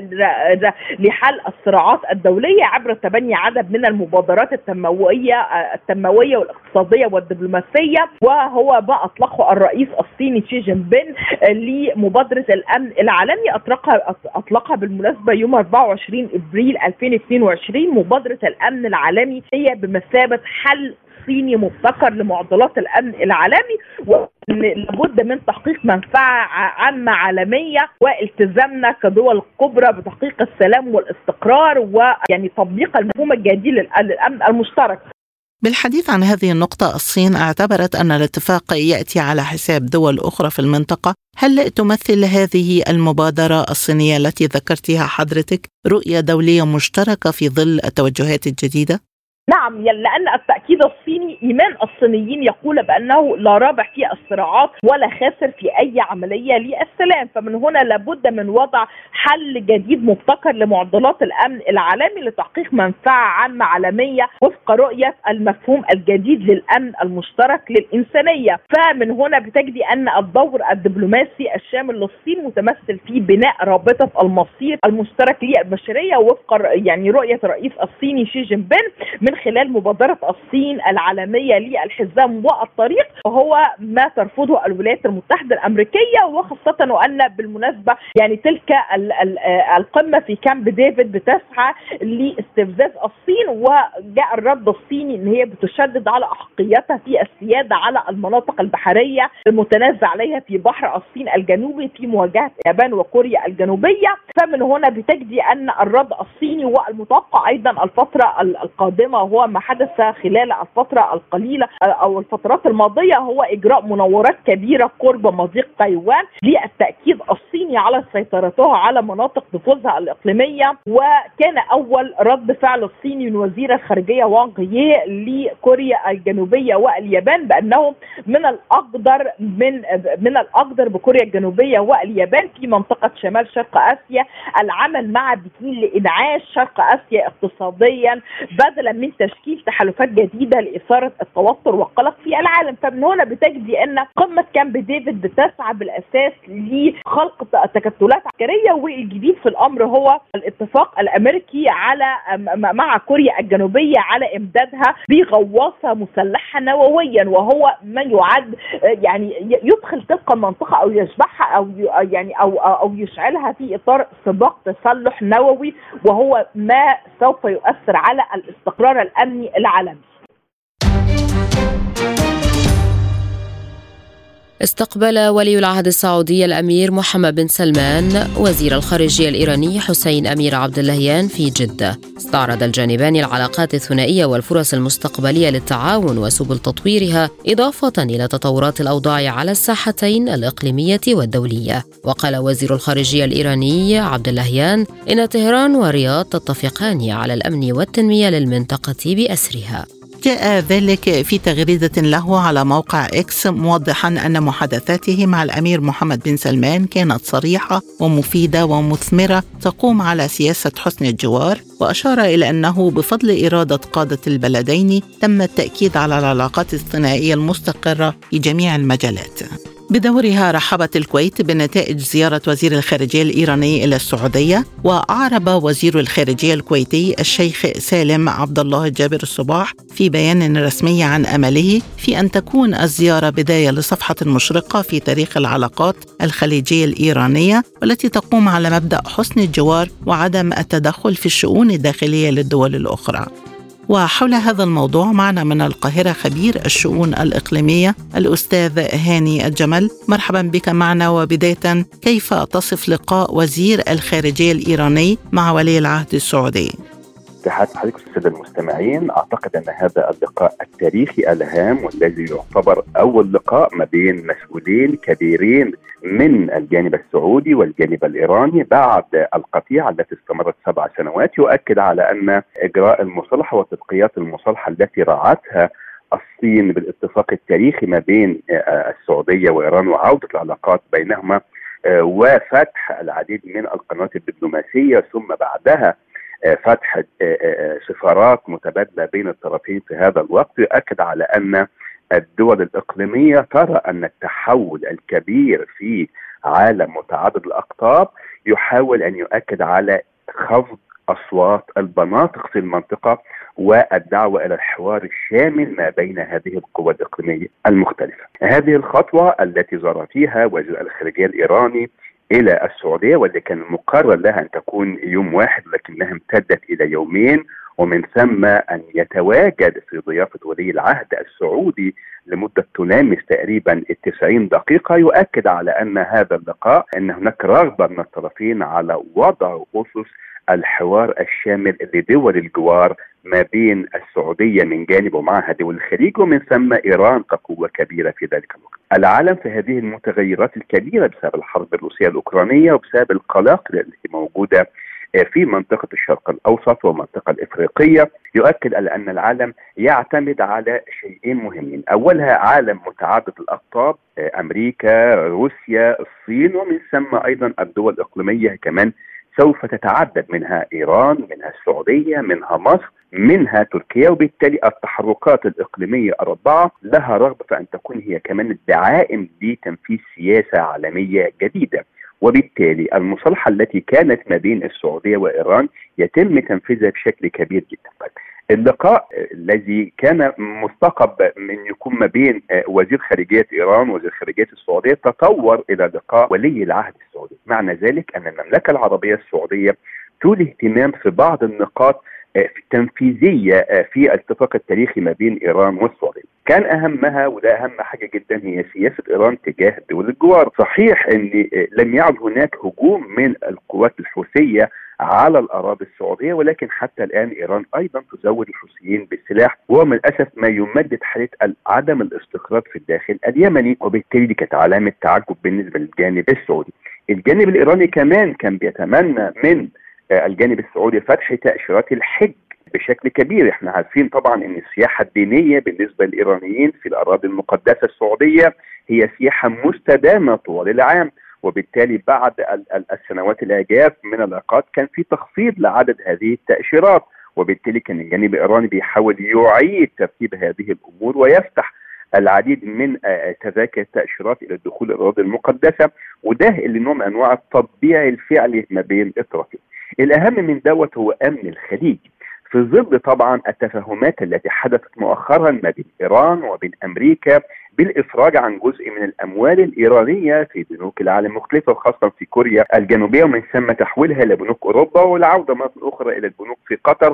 لحل الصراعات الدولية عبر تبني عدد من المبادرات التنموية التنموية والاقتصادية والدبلوماسية، وهو ما أطلقه الرئيس الصيني شي جين بين لمبادرة الأمن العالمي. أطلقها أطلقها بالمناسبة يوم أربعة وعشرين أبريل ألفين واثنين وعشرين. مبادرة الأمن العالمي هي بمثابة حل صيني مبتكر لمعضلات الأمن العالمي، ولابد من تحقيق منفعة عامة عالمية والتزامنا كدول كبرى بتحقيق السلام والاستقرار ويعني تطبيق المفهوم الجديد للأمن المشترك. بالحديث عن هذه النقطة، الصين اعتبرت أن الاتفاق يأتي على حساب دول أخرى في المنطقة. هل تمثل هذه المبادرة الصينية التي ذكرتها حضرتك رؤية دولية مشتركة في ظل التوجهات الجديدة؟ نعم، لأن التأكيد الصيني إيمان الصينيين يقول بأنه لا رابح في الصراعات ولا خاسر في أي عملية للسلام، فمن هنا لابد من وضع حل جديد مبتكر لمعضلات الأمن العالمي لتحقيق منفعة عامة عالمية وفق رؤية المفهوم الجديد للأمن المشترك للإنسانية. فمن هنا بتجدي أن الدور الدبلوماسي الشامل للصين متمثل في بناء رابطة المصير المشترك للبشرية وفق يعني رؤية الرئيس الصيني شي جين بين من خلال مبادرة الصين العالمية للحزام والطريق، وهو ما ترفضه الولايات المتحدة الأمريكية، وخاصة وأن بالمناسبة يعني تلك القمة في كامب ديفيد بتسعى لاستفزاز الصين، وجاء الرد الصيني ان هي بتشدد على احقيتها في السيادة على المناطق البحرية المتنازع عليها في بحر الصين الجنوبي في مواجهة اليابان وكوريا الجنوبية. فمن هنا بتجدي ان الرد الصيني والمتوقع ايضا الفترة القادمة هو ما حدث خلال الفترة القليلة أو الفترات الماضية، هو إجراء مناورات كبيرة قرب مضيق تايوان للتأكيد الصيني على سيطرتها على مناطق نفوذها الإقليمية. وكان أول رد فعل الصيني من وزير الخارجية وانغ يي لكوريا الجنوبية واليابان بأنه من الأقدر من من الأقدر بكوريا الجنوبية واليابان في منطقة شمال شرق آسيا العمل مع بكين لإنعاش شرق آسيا اقتصاديا بدلا من تشكيل تحالفات جديدة لإثارة التوتر والقلق في العالم. فمن هنا بتجدي أن قمة كامب ديفيد بتسعى بالأساس لخلق تكتلات عسكرية، والجديد في الأمر هو الاتفاق الأمريكي على مع كوريا الجنوبية على إمدادها بغواصة مسلحة نوويا، وهو ما يعد يعني يدخل تلك المنطقة أو يشبعها أو يعني أو أو يشعلها في إطار سباق تسلح نووي، وهو ما سوف يؤثر على الاستقرار الأمني العالمي. استقبل ولي العهد السعودي الأمير محمد بن سلمان وزير الخارجية الإيراني حسين أمير عبد اللهيان في جدة. استعرض الجانبان العلاقات الثنائية والفرص المستقبلية للتعاون وسبل تطويرها، إضافة إلى تطورات الأوضاع على الساحتين الإقليمية والدولية. وقال وزير الخارجية الإيراني عبد اللهيان إن طهران والرياض تتفقان على الأمن والتنمية للمنطقة بأسرها. جاء ذلك في تغريدة له على موقع إكس موضحا أن محادثاته مع الأمير محمد بن سلمان كانت صريحة ومفيدة ومثمرة تقوم على سياسة حسن الجوار، وأشار إلى أنه بفضل إرادة قادة البلدين تم التأكيد على العلاقات الثنائية المستقرة في جميع المجالات. بدورها رحبت الكويت بنتائج زيارة وزير الخارجية الإيراني إلى السعودية، وأعرب وزير الخارجية الكويتي الشيخ سالم عبد الله جابر الصباح في بيان رسمي عن أمله في أن تكون الزيارة بداية لصفحة مشرقة في تاريخ العلاقات الخليجية الإيرانية، والتي تقوم على مبدأ حسن الجوار وعدم التدخل في الشؤون الداخلية للدول الأخرى. وحول هذا الموضوع معنا من القاهرة خبير الشؤون الإقليمية الأستاذ هاني الجمل. مرحبا بك معنا. وبداية، كيف تصف لقاء وزير الخارجية الإيراني مع ولي العهد السعودي؟ تحياتي لحضرتك السادة المستمعين. أعتقد أن هذا اللقاء التاريخي الهام والذي يعتبر أول لقاء ما بين مسؤولين كبيرين من الجانب السعودي والجانب الإيراني بعد القطيعة التي استمرت سبع سنوات، يؤكد على أن إجراء المصالحة وتدقيقات المصالحة التي راعتها الصين بالاتفاق التاريخي ما بين السعودية وإيران وعودة العلاقات بينهما وفتح العديد من القنوات الدبلوماسية، ثم بعدها فتح سفارات متبادلة بين الطرفين في هذا الوقت، يؤكد على أن الدول الإقليمية ترى أن التحول الكبير في عالم متعدد الأقطاب يحاول أن يؤكد على خفض أصوات المناطق في المنطقة والدعوة إلى الحوار الشامل ما بين هذه القوى الإقليمية المختلفة. هذه الخطوة التي زار فيها وزير الخارجية الإيراني إلى السعودية، واللي كان مقرر لها أن تكون يوم واحد لكنها امتدت إلى يومين، ومن ثم أن يتواجد في ضيافة ولي العهد السعودي لمدة تلامس تقريبا التسعين دقيقة، يؤكد على أن هذا اللقاء أن هناك رغبة من الطرفين على وضع أسس الحوار الشامل لدول الجوار ما بين السعودية من جانب ومعها دول الخليج، ومن ثم إيران كقوة كبيرة في ذلك الوقت. العالم في هذه المتغيرات الكبيرة بسبب الحرب الروسية الأوكرانية وبسبب القلاقل التي موجودة في منطقة الشرق الأوسط والمنطقة الإفريقية يؤكد على أن العالم يعتمد على شيئين مهمين. أولها عالم متعدد الأقطاب، أمريكا، روسيا، الصين، ومن ثم أيضا الدول الإقليمية كمان سوف تتعدد، منها إيران، منها السعودية، منها مصر، منها تركيا. وبالتالي التحركات الإقليمية الأربعة لها رغبة في أن تكون هي كمان الدعائم لتنفيذ سياسة عالمية جديدة. وبالتالي المصالحة التي كانت ما بين السعودية وإيران يتم تنفيذها بشكل كبير جدا. اللقاء الذي كان مستقب من يكون ما بين وزير خارجية إيران ووزير خارجية السعودية تطور إلى لقاء ولي العهد السعودي. معنى ذلك أن المملكة العربية السعودية تولي اهتمام في بعض النقاط التنفيذية في الاتفاق التاريخي ما بين إيران والسعودية. كان أهمها وده أهم حاجة جدا هي سياسة إيران تجاه دول الجوار. صحيح أن لم يعد هناك هجوم من القوات الحوثية على الأراضي السعودية، ولكن حتى الآن إيران أيضا تزود الحوثيين بالسلاح، ومن الأسف ما يمدد حالة عدم الاستقرار في الداخل اليمني، وبالتالي دي كانت علامة تعجب بالنسبة للجانب السعودي. الجانب الإيراني كمان كان بيتمنى من الجانب السعودي فتح تأشيرات الحج بشكل كبير. احنا عارفين طبعا ان السياحة الدينية بالنسبة للإيرانيين في الأراضي المقدسة السعودية هي سياحة مستدامة طوال العام، وبالتالي بعد السنوات الآجاف من العقاد كان في تخفيض لعدد هذه التأشيرات، وبالتالي كان الجانب الإيراني بيحاول يعيد ترتيب هذه الأمور ويفتح العديد من تذاكر التأشيرات إلى الدخول الأراضي المقدسة، وده اللي نوع من أنواع التطبيع الفعلي ما بين الطرفين. الأهم من دوت هو أمن الخليج في ظل طبعا التفاهمات التي حدثت مؤخرا ما بين إيران وبين أمريكا بالإفراج عن جزء من الأموال الإيرانية في بنوك العالم المختلفة، وخاصة في كوريا الجنوبية، ومن ثم تحويلها إلى بنوك أوروبا والعودة مرة أخرى إلى البنوك في قطر،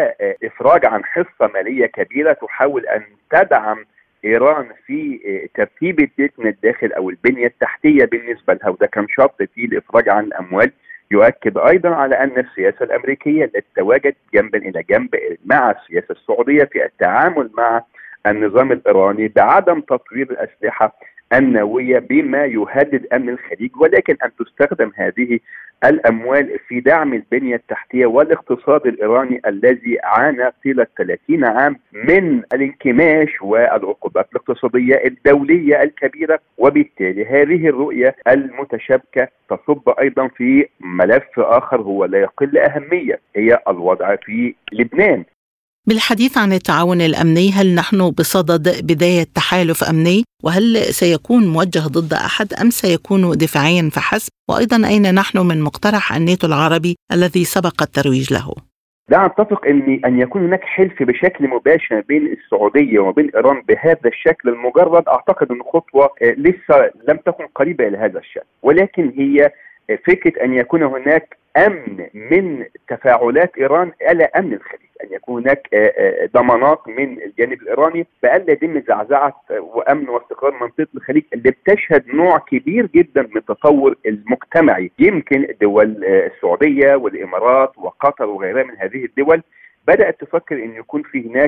وإفراج عن حصة مالية كبيرة تحاول أن تدعم إيران في ترتيب الدين من الداخل أو البنية التحتية بالنسبة لها، وده كان شرط في الإفراج عن الأموال. يؤكد أيضا على أن السياسة الأمريكية التي تتواجد جنبا إلى جنب مع السياسة السعودية في التعامل مع النظام الإيراني بعدم تطوير الأسلحة النووية بما يهدد أمن الخليج، ولكن أن تستخدم هذه الأموال في دعم البنية التحتية والاقتصاد الإيراني الذي عانى طيلة ثلاثين عام من الانكماش والعقوبات الاقتصادية الدولية الكبيرة. وبالتالي هذه الرؤية المتشابكة تصب أيضا في ملف آخر هو لا يقل أهمية، هي الوضع في لبنان. بالحديث عن التعاون الأمني، هل نحن بصدد بداية تحالف أمني؟ وهل سيكون موجه ضد أحد أم سيكون دفاعيا فحسب؟ وأيضا أين نحن من مقترح الناتو العربي الذي سبق الترويج له؟ لا أتفق أن أن يكون هناك حلف بشكل مباشر بين السعودية وبين إيران بهذا الشكل المجرد. أعتقد أن خطوة لسه لم تكن قريبة إلى هذا الشأن، ولكن هي فكرة أن يكون هناك أمن من تفاعلات إيران على أمن الخليج، أن يكون هناك ضمانات من الجانب الإيراني بألا يتم زعزعة وأمن واستقرار منطقة الخليج اللي بتشهد نوع كبير جدا من التطور المجتمعي. يمكن دول السعودية والإمارات وقطر وغيرها من هذه الدول بدأت تفكر أن يكون في هناك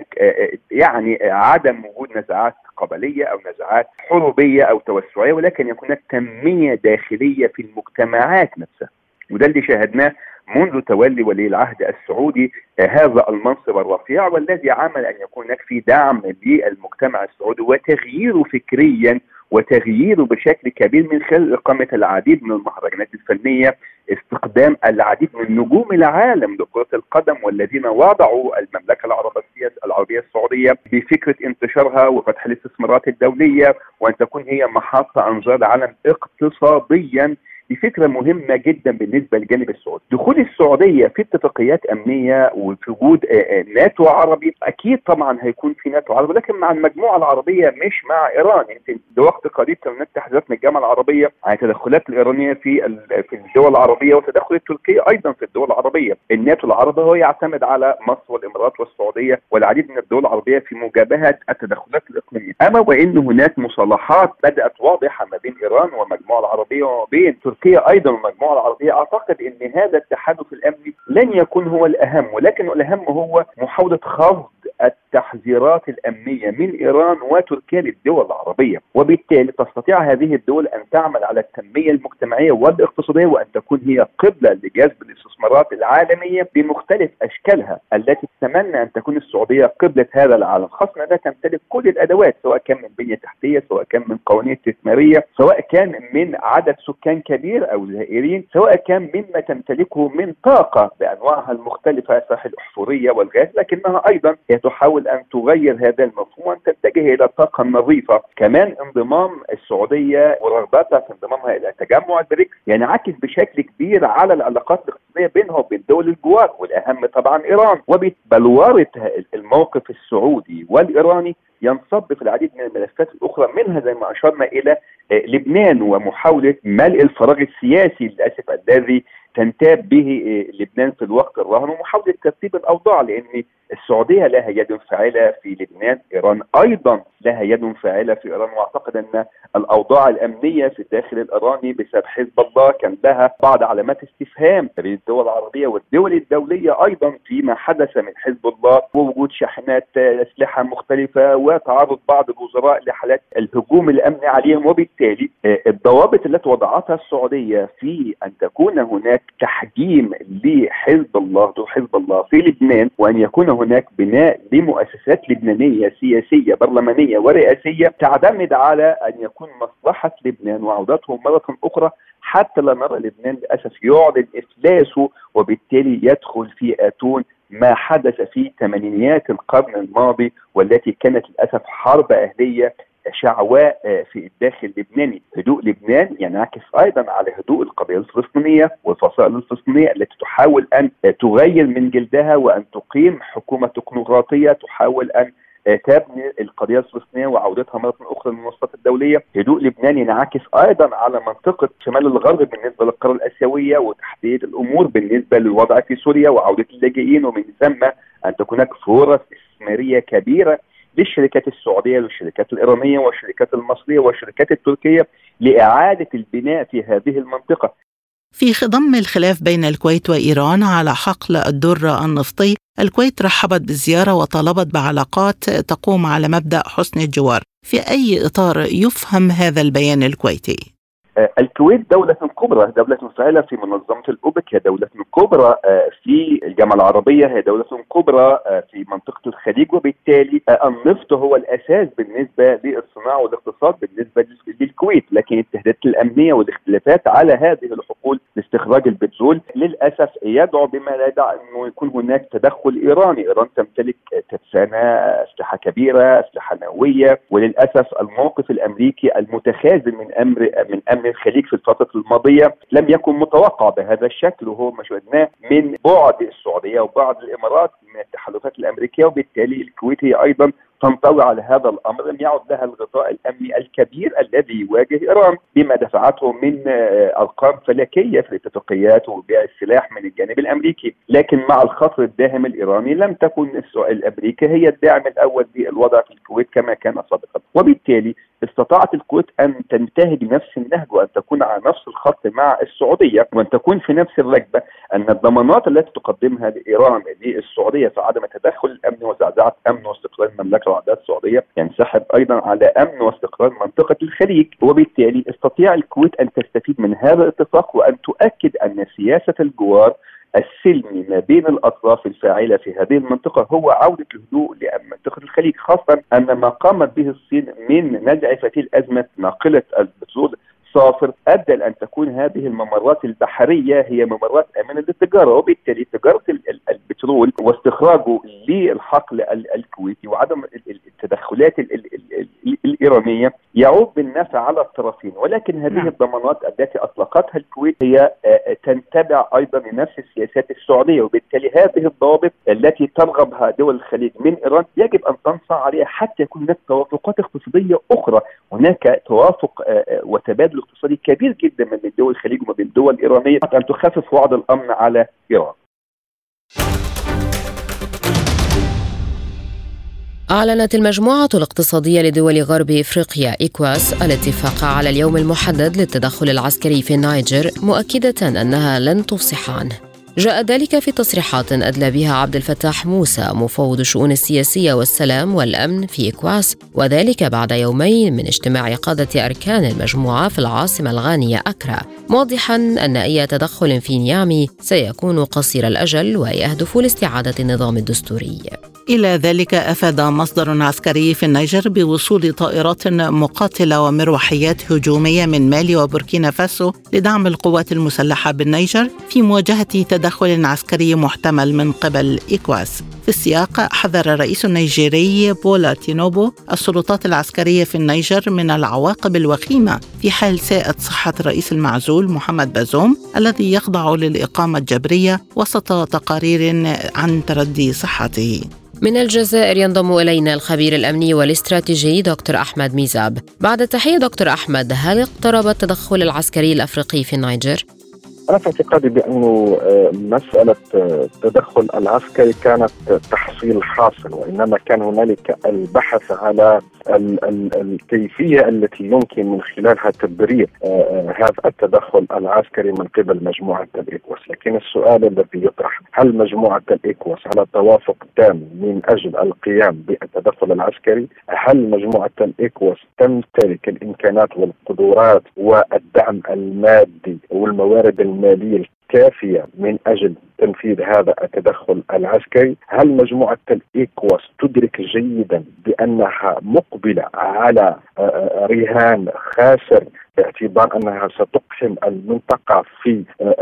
يعني عدم وجود نزاعات قبلية أو نزاعات حروبية أو توسعية، ولكن يكون هناك تنمية داخلية في المجتمعات نفسها، وده اللي شاهدناه منذ تولي ولي العهد السعودي هذا المنصب الرفيع، والذي عمل أن يكون هناك في دعم للمجتمع السعودي وتغييره فكريا وتغييره بشكل كبير من خلال إقامة العديد من المهرجانات الفنية، استخدام العديد من نجوم العالم لكرة القدم والذين وضعوا المملكة العربية العربية السعودية بفكرة انتشارها وفتح الاستثمارات الدولية وأن تكون هي محطة أنظار العالم اقتصاديا. دي فكرة مهمة جدا بالنسبة للجانب السعودي. دخول السعودية في اتفاقيات أمنية وفي وجود ناتو عربي، أكيد طبعا هيكون في ناتو عربي، لكن مع المجموعة العربية مش مع إيران. يمكن لوقت قريب كانت تحذيرات من الجامعة العربية عن التدخلات الإيرانية في في الدول العربية وتدخل التركية أيضا في الدول العربية. الناتو العربي هو يعتمد على مصر والإمارات والسعودية والعديد من الدول العربية في مجابهة التدخلات الإقليمية. أما وإن هناك مصالحات بدأت واضحة ما بين إيران والمجموعة العربية وما بين تركيا تركيا أيضا والمجموعة العربية، أعتقد أن هذا التحالف الأمني لن يكون هو الأهم، ولكن الأهم هو محاولة خفض التحذيرات الأمنية من إيران وتركيا للدول العربية، وبالتالي تستطيع هذه الدول أن تعمل على التنمية المجتمعية والاقتصادية وأن تكون هي قبلة لجذب الاستثمارات العالمية بمختلف أشكالها التي تتمنى أن تكون السعودية قبلة هذا العالم، خاصة أنها تمتلك كل الأدوات، سواء كان من بنية تحتية، سواء كان من قوانين استثمارية، سواء كان من عدد سكان كبير أو زائرين، سواء كان مما تمتلكه من طاقة بأنواعها المختلفة، سواء الأحفورية والغاز، لكنها أيضا هي تحاول أن تغير هذا المفهوم وأن تتجه إلى الطاقة النظيفة. كمان انضمام السعودية ورغبتها في انضمامها إلى تجمع البريكس ينعكس بشكل كبير على العلاقات الاقتصادية بينها وبين دول الجوار، والأهم طبعا إيران. وبالوارد الموقف السعودي والإيراني ينصب في العديد من الملفات الأخرى، منها زي ما أشرنا إلى لبنان ومحاولة ملء الفراغ السياسي للأسف الذي تنتاب به لبنان في الوقت الراهن، ومحاولة ترتيب الأوضاع، لأن السعودية لها يد فاعلة في لبنان، إيران أيضا لها يد فاعلة في إيران، وأعتقد أن الأوضاع الأمنية في الداخل الإيراني بسبب حزب الله كان لها بعض علامات استفهام بين الدول العربية والدول الدولية أيضا فيما حدث من حزب الله، ووجود شاحنات أسلحة مختلفة وتعرض بعض الوزراء لحالات الهجوم الأمني عليهم. وبالتالي الضوابط التي وضعتها السعودية في أن تكون هناك تحجيم لحزب الله حزب الله في لبنان، وأن يكون هناك بناء لمؤسسات لبنانية سياسية برلمانية ورئاسية تعتمد على أن يكون مصلحة لبنان وعودته مرة أخرى، حتى لا نرى لبنان للأسف يعلن إفلاسه وبالتالي يدخل في آتون ما حدث في ثمانينيات القرن الماضي، والتي كانت للأسف حرب أهلية شعواء في الداخل اللبناني. هدوء لبنان ينعكس أيضا على هدوء القضية الفلسطينية والفصائل الفلسطينية التي تحاول أن تغير من جلدها وأن تقيم حكومة تكنوقراطية تحاول أن تبني القضية الفلسطينية وعودتها مرة أخرى للمنصات الدولية. هدوء لبنان ينعكس أيضا على منطقة شمال الغرب بالنسبة للقارة الآسيوية وتحدية الأمور بالنسبة للوضع في سوريا وعودة اللاجئين، ومن ثم أن تكون هناك فرص استثمارية كبيرة للشركات السعودية والشركات الإيرانية والشركات المصرية والشركات التركية لإعادة البناء في هذه المنطقة. في خضم الخلاف بين الكويت وإيران على حقل الدر النفطي، الكويت رحبت بالزيارة وطالبت بعلاقات تقوم على مبدأ حسن الجوار. في أي إطار يفهم هذا البيان الكويتي؟ الكويت دولة كبرى، دولة فاعلة في منظمة الأوبك، هي دولة كبرى في الجامعة العربية، هي دولة كبرى في منطقة الخليج، وبالتالي النفط هو الأساس بالنسبة للصناعة والاقتصاد بالنسبة للكويت. لكن التهديدات الأمنية والاختلافات على هذه الحقول لاستخراج البترول للأسف يدعو بما لا يدع أنه يكون هناك تدخل إيراني. إيران تمتلك ترسانة، أسلحة كبيرة، أسلحة نووية، وللأسف الموقف الأمريكي المتخاذل من أمر من أمر الخليج في الفترة الماضية لم يكن متوقع بهذا الشكل، وهو ما شاهدناه من بعد السعودية وبعد الإمارات من التحالفات الأمريكية. وبالتالي الكويت هي أيضا تنطوي على هذا الأمر، لم يعد لها الغطاء الأمني الكبير الذي يواجه إيران بما دفعته من أرقام فلكية في الاتفاقيات وبيع السلاح من الجانب الأمريكي. لكن مع الخطر الداهم الإيراني لم تكن الأمريكا هي الداعم الأول للوضع في الكويت كما كان سابقا، وبالتالي استطاعت الكويت أن تنتهج نفس النهج وأن تكون على نفس الخط مع السعودية وأن تكون في نفس الركبة، أن الضمانات التي تقدمها لإيران للسعودية في عدم التدخل الأمني وزعزعة أمن واستقرار المملكة العربية السعودية ينسحب أيضا على أمن واستقرار منطقة الخليج. وبالتالي استطيع الكويت أن تستفيد من هذا الاتفاق وأن تؤكد أن سياسة الجوار السلمي ما بين الأطراف الفاعلة في هذه المنطقة هو عودة الهدوء لمنطقة الخليج، خاصة أن ما قامت به الصين من نزع فتيل أزمة ناقلة البترول صافر أدى أن تكون هذه الممرات البحرية هي ممرات آمنة للتجارة، وبالتالي تجارة البترول واستخراجه للحقل الكويتي وعدم التدخلات الإيرانية يعود بالنفع على الطرفين. ولكن هذه نعم. الضمانات التي أطلقتها الكويت هي تنتبع أيضا لنفس السياسات السعودية، وبالتالي هذه الضوابط التي ترغبها دول الخليج من إيران يجب أن تنص عليها حتى يكون هناك توافقات اقتصادية أخرى. هناك توافق وتبادل اقتصادي كبير جدا من دول الخليج ومن الدول الإيرانية حتى أن تخفف وعد الأمن على إيران. أعلنت المجموعة الاقتصادية لدول غرب إفريقيا إيكواس الاتفاق على اليوم المحدد للتدخل العسكري في النيجر، مؤكدة أنها لن تفصح عنه. جاء ذلك في تصريحات أدلى بها عبد الفتاح موسى مفوض الشؤون السياسية والسلام والأمن في إيكواس، وذلك بعد يومين من اجتماع قادة أركان المجموعة في العاصمة الغانية أكرا، موضحا أن أي تدخل في نيامي سيكون قصير الأجل ويهدف لاستعادة النظام الدستوري. إلى ذلك أفاد مصدر عسكري في النيجر بوصول طائرات مقاتلة ومروحيات هجومية من مالي وبوركينا فاسو لدعم القوات المسلحة بالنيجر في مواجهة تدخل عسكري محتمل من قبل إيكواس. في السياق حذر الرئيس النيجيري بولا تينوبو السلطات العسكرية في النيجر من العواقب الوخيمة في حال ساءت صحة الرئيس المعزول محمد بازوم الذي يخضع للإقامة الجبرية وسط تقارير عن تردي صحته. من الجزائر ينضم إلينا الخبير الأمني والاستراتيجي دكتور أحمد ميزاب. بعد تحية دكتور أحمد، هل اقترب التدخل العسكري الأفريقي في النيجر؟ أنا في اعتقادي بأنه مسألة التدخل العسكري كانت تحصيل حاصل، وإنما كان هنالك البحث على الكيفية التي يمكن من خلالها تبرير هذا التدخل العسكري من قبل مجموعة الإيكواس. لكن السؤال الذي يطرح، هل مجموعة الإيكواس على توافق تام من أجل القيام بالتدخل العسكري؟ هل مجموعة الإيكواس تمتلك الإمكانات والقدرات والدعم المادي والموارد المالية كافية من أجل تنفيذ هذا التدخل العسكري؟ هل مجموعة الإيكواس تدرك جيدا بأنها مقبلة على رهان خاسر باعتبار أنها ستقحم المنطقة في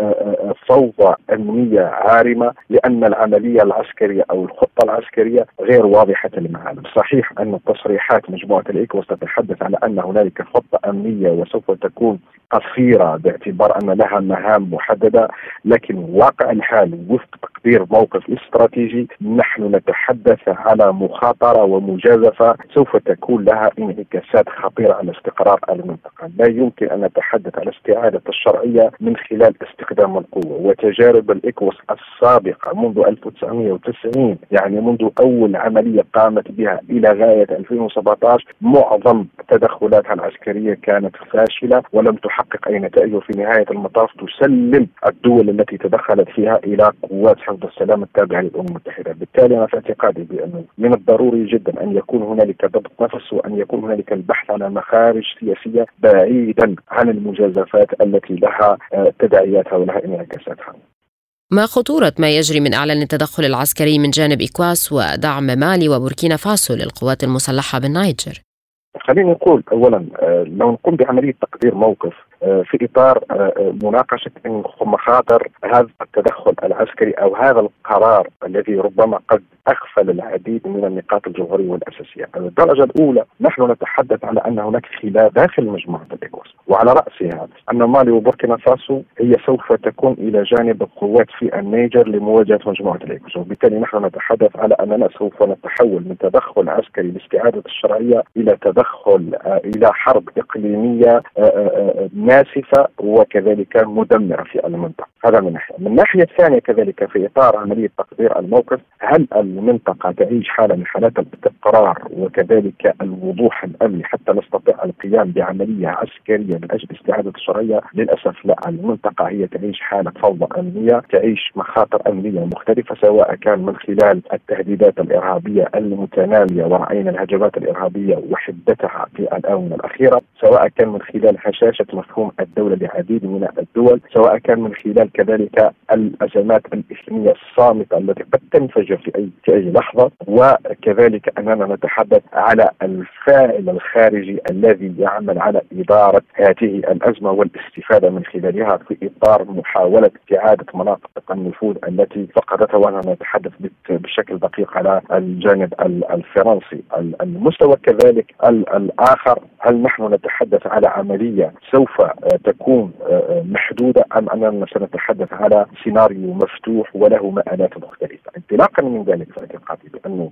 فوضى أمنية عارمة، لأن العملية العسكرية أو الخطة العسكرية غير واضحة المعالم؟ صحيح أن تصريحات مجموعة الإيكواس تتحدث على أن هنالك خطة أمنية وسوف تكون قصيرة باعتبار أن لها مهام محددة، لكن واقع الحال وفق تقدير موقف استراتيجي نحن نتحدث على مخاطرة ومجازفة سوف تكون لها انعكاسات خطيرة على استقرار المنطقة. لا يمكن أن نتحدث على استعادة الشرعية من خلال استخدام القوة، وتجارب الإيكواس السابقة منذ ألف وتسعمائة وتسعين، يعني منذ أول عملية قامت بها إلى غاية ألفين وسبعة عشر، معظم تدخلاتها العسكرية كانت فاشلة ولم تحقق أي نتائج، وفي نهاية المطاف تسلم الدول التي تدخلت فيها إلى قوات حفظ السلام التابعة للأمم المتحدة. بالتالي أنا في اعتقادي بأنه من الضروري جدا أن يكون هنالك ضبط نفس، وأن يكون هنالك البحث على مخارج سياسية بعيدا عن المجازفات التي لها تداعياتها ولها انعكاساتها. ما خطورة ما يجري من إعلان التدخل العسكري من جانب إيكواس ودعم مالي وبوركينا فاسو للقوات المسلحة بالنيجر؟ خلينا نقول أولا لو نقوم بعملية تقدير موقف في إطار مناقشة مخاطر هذا التدخل العسكري أو هذا القرار الذي ربما قد أغفل العديد من النقاط الجوهرية والأساسية. الدرجة الأولى نحن نتحدث على أن هناك خلاف داخل مجموعة الإيكواس، وعلى رأسها أن مالي وبوركينا فاسو هي سوف تكون إلى جانب القوات في النيجر لمواجهة مجموعة الإيكواس، وبالتالي نحن نتحدث على أننا سوف نتحول من تدخل عسكري لاستعادة الشرعية إلى تدخل إلى حرب إقليمية ناسفة وكذلك مدمرة في المنطقة. هذا من ناحية. من الناحية الثانية كذلك في إطار عملية تقدير الموقف، هل المنطقة تعيش حالة من حالات الاستقرار وكذلك الوضوح الأمني حتى نستطيع القيام بعملية عسكرية من أجل استعادة الشرعية؟ للأسف لا، المنطقة هي تعيش حالة فوضى أمنية، تعيش مخاطر أمنية مختلفة، سواء كان من خلال التهديدات الإرهابية المتنامية، ورأينا الهجمات الإرهابية وحدتها في الآونة الأخيرة، سواء كان من خلال هشاشة مفهوم الدولة لعديد من الدول، سواء كان من خلال كذلك الأزمات الإثنية الصامتة التي قد تنفجر في أي في أي لحظة، وكذلك أننا نتحدث على الفاعل الخارجي الذي يعمل على إدارة هذه الأزمة والاستفادة من خلالها في إطار محاولة استعادة مناطق النفوذ التي فقدتها. وأنا نتحدث بشكل دقيق على الجانب الفرنسي. المستوى كذلك الآخر، هل نحن نتحدث على عملية سوف تكون محدودة أم أننا سنتحدث على سيناريو مفتوح وله مآلات مختلفة؟ انطلاقا من ذلك في اعتقادي بأنه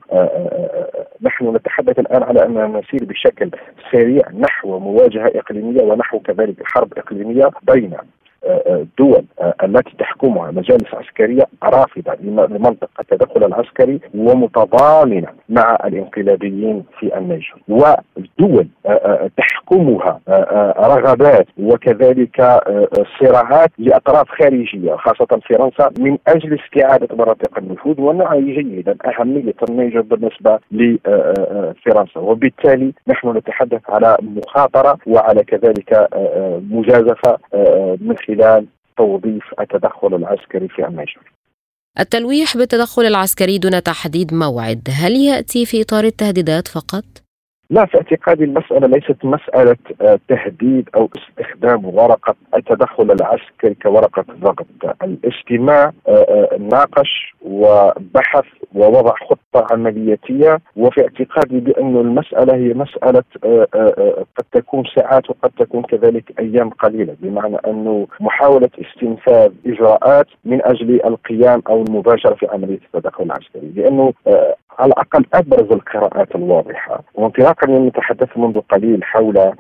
نحن نتحدث الآن على أننا نسير بشكل سريع نحو مواجهة إقليمية ونحو كذلك حرب إقليمية بين الدول التي تحكمها مجالس عسكرية رافضة لمنطق التدخل العسكري ومتضامنة مع الانقلابيين في النيجر، والدول تحكمها رغبات وكذلك صراعات لأطراف خارجية خاصة فرنسا من أجل استعادة مناطق النفوذ، ونعي جيدا أهمية النيجر بالنسبة لفرنسا، وبالتالي نحن نتحدث على مخاطرة وعلى كذلك مجازفة من خلال توظيف التدخل العسكري في النيجر. التلويح بالتدخل العسكري دون تحديد موعد، هل يأتي في إطار التهديدات فقط؟ لا، في اعتقادي المسألة ليست مسألة تهديد أو استخدام ورقة التدخل العسكري كورقة ضغط. الاجتماع ناقش وبحث ووضع خطة عملياتية، وفي اعتقادي بأن المسألة هي مسألة قد تكون ساعات وقد تكون كذلك أيام قليلة، بمعنى أنه محاولة استنفاذ إجراءات من أجل القيام أو المباشرة في عملية التدخل العسكري، لأنه على الأقل أبرز القراءات الواضحة وانطلاقا من نتحدث منذ قليل حول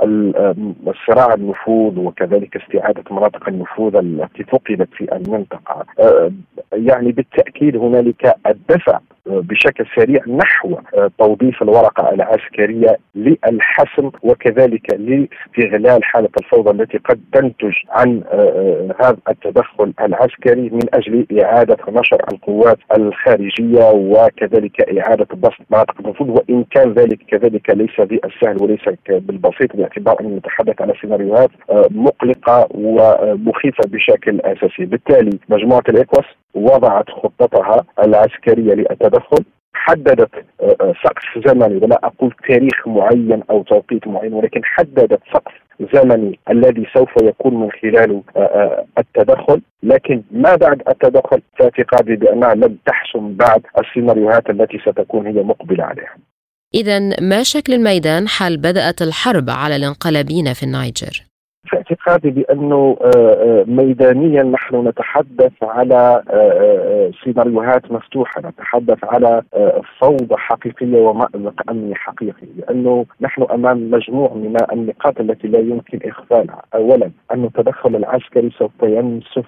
الصراع النفوذ وكذلك استعادة مناطق النفوذ التي فقدت في المنطقة، يعني بالتأكيد هنالك الدفع بشكل سريع نحو توظيف الورقة العسكرية للحسم وكذلك لاستغلال حالة الفوضى التي قد تنتج عن هذا التدخل العسكري من أجل إعادة نشر القوات الخارجية وكذلك إعادة بسط مناطق النفوذ، وإن كان ذلك كذلك ليس بالسهل وليس بالبسيط، باعتبار أن نتحدث على سيناريوهات مقلقة ومخيفة بشكل أساسي. بالتالي مجموعة الإيكواس وضعت خطتها العسكرية للتدخل، حددت سقف زمني، ولا أقول تاريخ معين أو توقيت معين، ولكن حددت سقف زمني الذي سوف يكون من خلاله التدخل، لكن ما بعد التدخل في اعتقادي بأنها لم تحسم بعد السيناريوهات التي ستكون هي مقبلة عليها. إذن ما شكل الميدان حال بدأت الحرب على الانقلابيين في النيجر؟ في اعتقادي بأنه ميدانيا نحن نتحدث على سيناريوهات مفتوحة، نتحدث على فوضى حقيقية ومأزق أمني حقيقي، لأنه نحن أمام مجموع من النقاط التي لا يمكن إغفالها. أولا أن التدخل العسكري سوف ينسف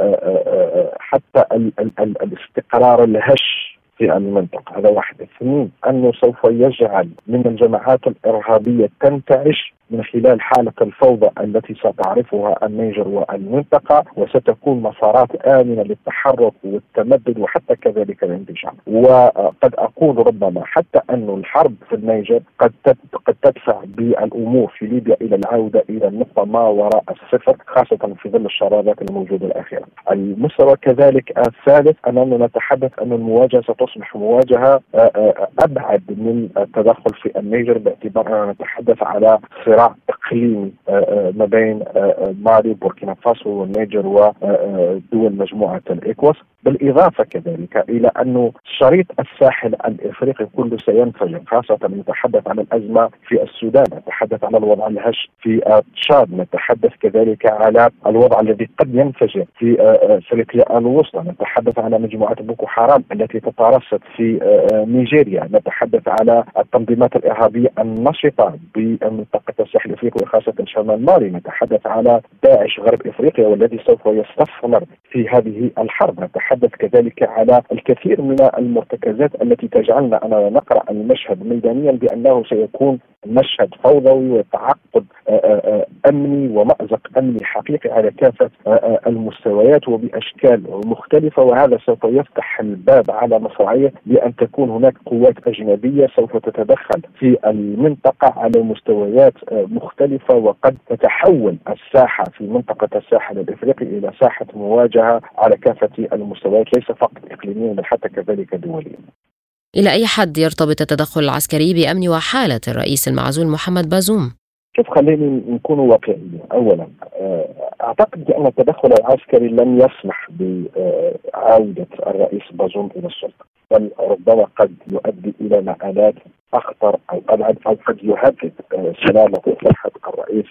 حتى الاستقرار الهش في المنطقة، هذا واحد. اثنين أنه سوف يجعل من الجماعات الإرهابية تنتعش من خلال حالة الفوضى التي ستعرفها النيجر والمنطقة، وستكون مسارات آمنة للتحرك والتمدد وحتى كذلك الانتشار. وقد أقول ربما حتى أن الحرب في النيجر قد قد تدفع بالأمور في ليبيا إلى العودة إلى النقطة ما وراء الصفر، خاصة في ظل الشرارات الموجودة الأخيرة. المستوى كذلك الثالث أننا نتحدث أن المواجهة ستصبح مواجهة أبعد من التدخل في النيجر، باعتبار أننا نتحدث على صراع إقليمي ما بين مالي بوركينا فاسو والنيجر ودول مجموعة الإيكواس، بالإضافة كذلك إلى أنه شريط الساحل الإفريقي كله سينفجر، خاصة نتحدث عن الأزمة في السودان، نتحدث على الوضع الهش في تشاد، نتحدث كذلك على الوضع الذي قد ينفجر في أفريقيا الوسطى، نتحدث على مجموعة بوكو حرام التي تترصد في نيجيريا، نتحدث على التنظيمات الإرهابية النشطة بمنطقة الساحل الإفريقي خاصة شمال مالي، نتحدث على داعش غرب إفريقيا والذي سوف يستثمر في هذه الحرب، نتحدث كذلك على الكثير من المرتكزات التي تجعلنا أنا نقرأ المشهد ميدانيا بأنه سيكون مشهد فوضوي وتعقد أمني ومأزق أمني حقيقي على كافة المستويات وبأشكال مختلفة، وهذا سوف يفتح الباب على مصراعيه لأن تكون هناك قوات أجنبية سوف تتدخل في المنطقة على مستويات مختلفة، وقد تتحول الساحة في منطقة الساحل الإفريقي إلى ساحة مواجهة على كافة المستويات، ليس فقط إقليميا بل حتى كذلك دوليا. إلى أي حد يرتبط التدخل العسكري بأمن وحالة الرئيس المعزول محمد بازوم؟ شوف، خليني نكون واقعيين. أولا أعتقد بأن التدخل العسكري لن يسمح بعودة الرئيس بازوم إلى السلطة، بل ربما قد يؤدي إلى مآلات أخطر أو أبعد، أو قد يهدد سلامة وصحة الرئيس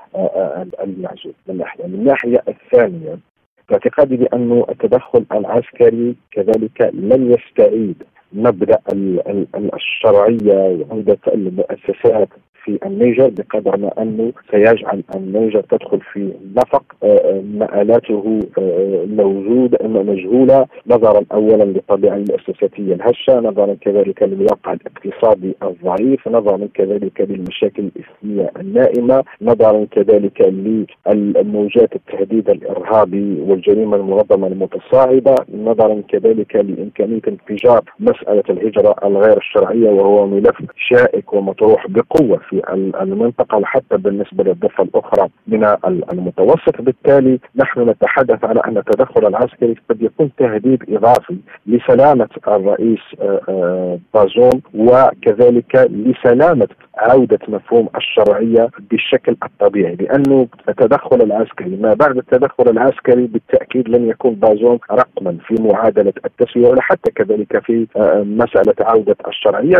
المعزول من ناحية. من الناحية الثانية اعتقادي بأن التدخل العسكري كذلك لن يستعيد مبدأ الشرعية وعودة المؤسسات في النيجر بقدر ما أنه سيجعل النيجر تدخل في نفق مآلاته موجود مجهولة، نظرا أولا للطبيعة المؤسساتية الهشة، نظرا كذلك للواقع الاقتصادي الضعيف، نظرا كذلك للمشاكل الإثنية النائمة، نظرا كذلك للموجات التهديد الإرهابي والجريمة المنظمة المتصاعدة، نظرا كذلك لإمكانية انفجار مسألة الهجرة الغير الشرعية، وهو ملف شائك ومطروح بقوة في المنطقة وحتى بالنسبة للضفة الأخرى من المتوسط. بالتالي نحن نتحدث على أن التدخل العسكري قد يكون تهديد إضافي لسلامة الرئيس بازوم وكذلك لسلامة عودة مفهوم الشرعية بالشكل الطبيعي، لأنه التدخل العسكري ما بعد التدخل العسكري بالتأكيد لن يكون بازوم رقما في معادلة التسوية ولا حتى كذلك في مسألة عودة الشرعية.